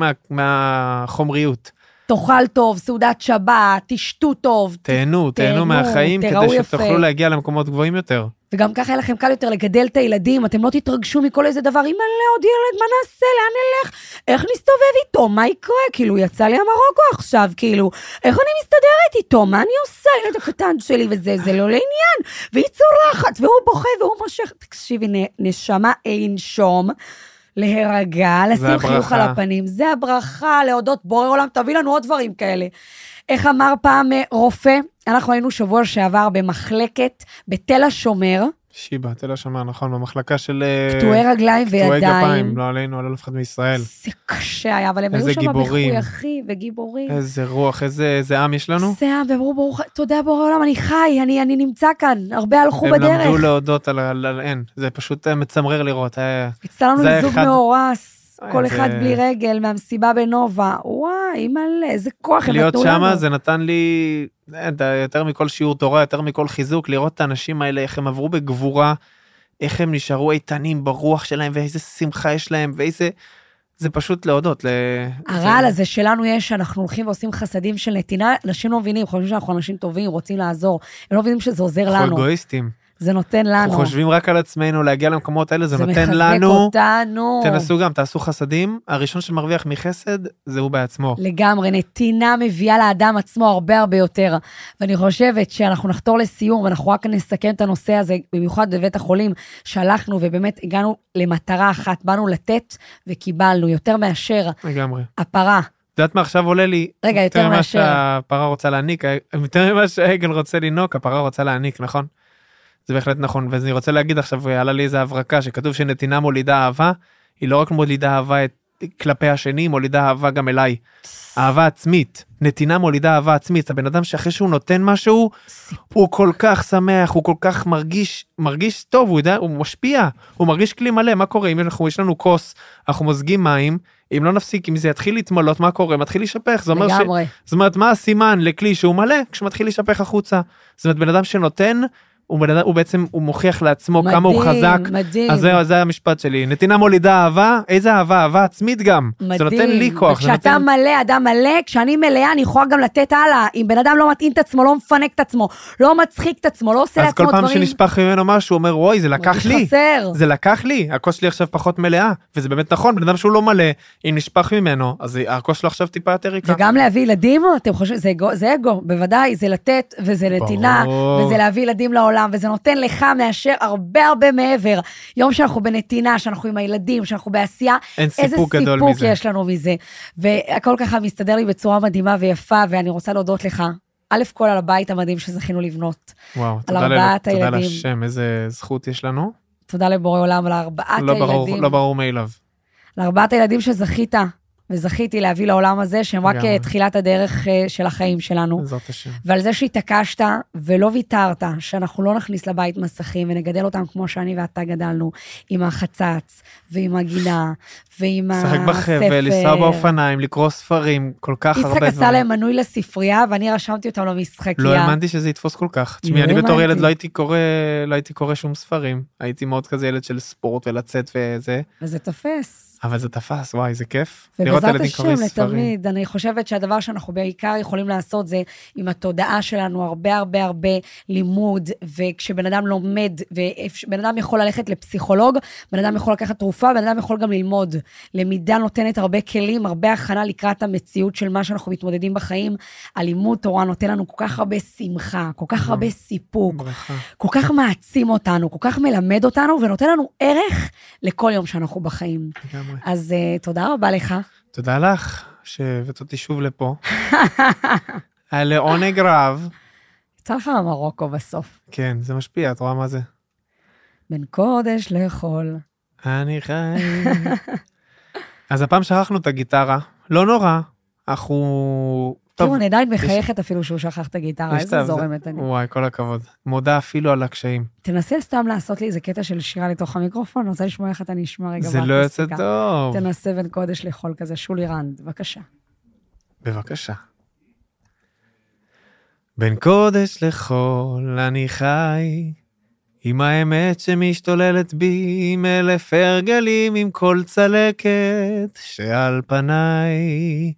מהחומריות. תאכל טוב, סעודת שבת, תשתו טוב. תהנו, תהנו מהחיים, כדי שתוכלו להגיע למקומות גבוהים יותר. וגם ככה יהיה לכם קל יותר לגדל את הילדים, אתם לא תתרגשו מכל איזה דבר, אם עלה עוד ילד, מה נעשה, לאן נלך, איך נסתובב איתו, מה יקרה, כאילו, יצא לי המרוקו עכשיו, כאילו, איך אני מסתדרת איתו, מה אני עושה, ילד הקטן שלי, וזה, זה לא לעניין, והיא צורחת, והוא בוכה, והוא מושך, תקשיבי, נשמה, לנשום, להירגע, לשים חיוך על הפנים, זה הברכה, להודות בורא עולם, תביא לנו עוד דברים כאלה. איך אמר פעם רופא, אנחנו היינו שבוע שעבר במחלקת בתל השומר. שיבה, תל השומר, נכון, במחלקה של... קטועי רגליים וידיים. קטועי גפיים, לא עלינו, על אף אחד מישראל. זה קשה היה, אבל הם היו שם בחוי אחי וגיבורים. איזה רוח, איזה, איזה עם יש לנו? זה עם, ואמרו ברוך, תודה בורא עולם, אני חי, אני, אני נמצא כאן, הרבה הלכו בדרך. הם למדו להודות על, על, על אין, זה פשוט מצמרר לראות. הצטע לנו לזוג אחד... מאורס. כל אחד בלי רגל, מהמסיבה בנובה, וואי, מלא, איזה כוח הם נתנו לנו. להיות שמה, זה נתן לי, יותר מכל שיעור תורה, יותר מכל חיזוק, לראות את האנשים האלה, איך הם עברו בגבורה, איך הם נשארו איתנים ברוח שלהם, ואיזה שמחה יש להם, ואיזה, זה פשוט להודות. הרעל הזה שלנו יש, אנחנו הולכים ועושים חסדים של נתינה, אנשים לא מבינים, חושבים שאנחנו אנשים טובים, רוצים לעזור, הם לא מבינים שזה עוזר לנו. אנחנו אגואיסטים. זה נותן לנו. אנחנו חושבים רק על עצמנו, להגיע למקומות האלה, זה, זה נותן לנו. זה מחזק אותנו. תנסו גם, תעשו חסדים. הראשון שמרוויח מחסד, זה הוא בעצמו. לגמרי, נתינה מביאה לאדם עצמו הרבה הרבה יותר. ואני חושבת שאנחנו נחתור לסיום, ואנחנו רק נסכם את הנושא הזה, במיוחד בבית החולים, שהלכנו ובאמת הגענו למטרה אחת, באנו לתת וקיבלנו יותר מאשר. לגמרי. הפרה. יודעת מה עכשיו עולה לי? רגע, יותר מאשר. הפרה רוצה להעניק, יותר ממה שהעגל רוצה לנוק, הפרה רוצה להעניק, נכון? זה בהחלט נכון, ואני רוצה להגיד עכשיו, עלה לי איזה הברקה, שכתוב שנתינה מולידה אהבה, היא לא רק מולידה אהבה את, כלפי השני, מולידה אהבה גם אליי. אהבה עצמית, נתינה מולידה אהבה עצמית, הבן אדם שאחרי שהוא נותן משהו, הוא כל כך שמח, הוא כל כך מרגיש, מרגיש טוב, הוא יודע, הוא משפיע, הוא מרגיש כלי מלא, מה קורה? אם אנחנו, יש לנו כוס, אנחנו מוזגים מים, אם לא נפסיק, אם זה יתחיל להתמלות, מה קורה? מתחיל להישפך, זאת אומרת, ש... זאת אומרת, מה הסימן לכלי שהוא מלא, כשמתחיל להישפך החוצה? זאת אומרת, בן אדם שנותן, הוא, בן אדם, הוא בעצם, הוא מוכיח לעצמו מדהים, כמה הוא חזק. מדהים. אז זה, זה המשפט שלי. נתינה מולידה אהבה, איזה אהבה? אהבה עצמית גם. מדהים. זה נותן לי כוח. וכשאתה נותן... מלא, אדם מלא, כשאני מלאה, אני יכולה גם לתת הלאה. אם בן אדם לא מתאים את עצמו, לא מפנק את עצמו, לא מצחיק את עצמו, לא עושה לעצמו דברים. אז כל פעם שנשפך ממנו משהו, הוא אומר, וואי, זה לקח לי. חסר. זה לקח לי. הכוס שלי עכשיו פחות מלאה. וזה באמת נכון, בן אדם שהוא לא מלא, אם נשפך ממנו, אז הכוס שלו עכשיו טיפה יותר ריקה. וגם להביא ילדים, אתם חושבים, זה אגו, זה אגו, בוודאי, זה לתת, וזה נתינה, וזה להביא ילדים לעולם, וזה נותן לך מאשר הרבה הרבה מעבר. יום שאנחנו בנתינה, שאנחנו עם הילדים, שאנחנו בעשייה, איזה סיפוק יש לנו מזה. והכל ככה מסתדר לי בצורה מדהימה ויפה, ואני רוצה להודות לך, א' כל על הבית המדהים שזכינו לבנות. וואו, תודה לשם, איזה זכות יש לנו. תודה לבורא עולם, על ארבעת הילדים. לא ברור מאליו. על ארבעת הילדים שזכית, וזכיתי להביא לעולם הזה, שהם רק תחילת הדרך של החיים שלנו. בעזרת השם. ועל זה שהתעקשת ולא ויתרת, שאנחנו לא נכניס לבית מסכים, ונגדל אותם כמו שאני ואתה גדלנו, עם החצץ, ועם הגינה, ועם הספר. שחק בחבל, לנסוע באופניים, לקרוא ספרים, כל כך הרבה דברים. יצחק עשה להם מנוי לספרייה, ואני רשמתי אותם למשחקיה. לא האמנתי שזה יתפוס כל כך. תשמעי, אני בתור ילד לא הייתי קורא, לא הייתי קורא שום ספרים. הייתי מאוד כזה ילד של ספורט ולצאת וזה. וזה תופס. אבל זה תפס, וואי, זה כיף. ובעזרת השם, לתמיד, אני חושבת שהדבר שאנחנו בעיקר יכולים לעשות זה עם התודעה שלנו, הרבה הרבה הרבה לימוד, וכשבן אדם לומד, ובן אדם יכול ללכת לפסיכולוג, בן אדם יכול לקחת תרופה, בן אדם יכול גם ללמוד. למידה נותנת הרבה כלים, הרבה הכנה לקראת המציאות של מה שאנחנו מתמודדים בחיים. הלימוד תורה נותן לנו כל כך הרבה שמחה, כל כך הרבה סיפוק, כל כך מעצים אותנו, כל כך מלמד אותנו, ונותן לנו ערך לכל יום שאנחנו בחיים. אז uh, תודה רבה לך. תודה לך, שהבאת אותי שוב לפה. היה לעונג רב. יצא לך ממרוקו בסוף. כן, זה משפיע, את רואה מה זה? בין קודש לחול. אני חי. אז הפעם שכחנו את הגיטרה, לא נורא, אנחנו... תראו, אני עדיין מחייכת אפילו שהוא שכח את הגיטרה, איזה זורמת אני. וואי, כל הכבוד. מודה אפילו על הקשיים. תנסה סתם לעשות לי איזה קטע של שירה לתוך המיקרופון, אני רוצה לשמוע איך אתה נשמע רגע. זה לא יוצא טוב. תנסה בין קודש לחול כזה, שולי רנד, בבקשה. בבקשה. בין קודש לחול אני חי, עם האמת שמשתוללת בי, עם אלף הרגלים, עם כל צלקת שעל פניי.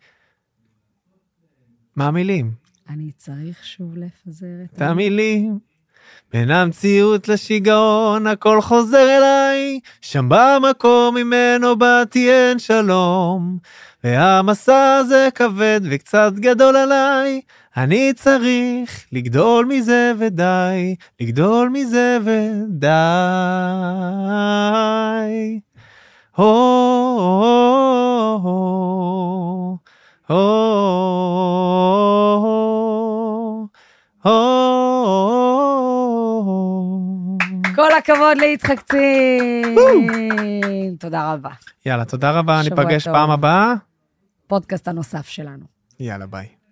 מה המילים? אני צריך שוב לפזר את המילים. בין המציאות לשיגעון הכל חוזר אליי, שם במקום ממנו באתי אין שלום, והמסע הזה כבד וקצת גדול עליי, אני צריך לגדול מזה ודי, לגדול מזה ודי. הו הו הו כל הכבוד ליצחק צין. תודה רבה. יאללה, תודה רבה, ניפגש פעם הבאה. פודקאסט הנוסף שלנו. יאללה, ביי.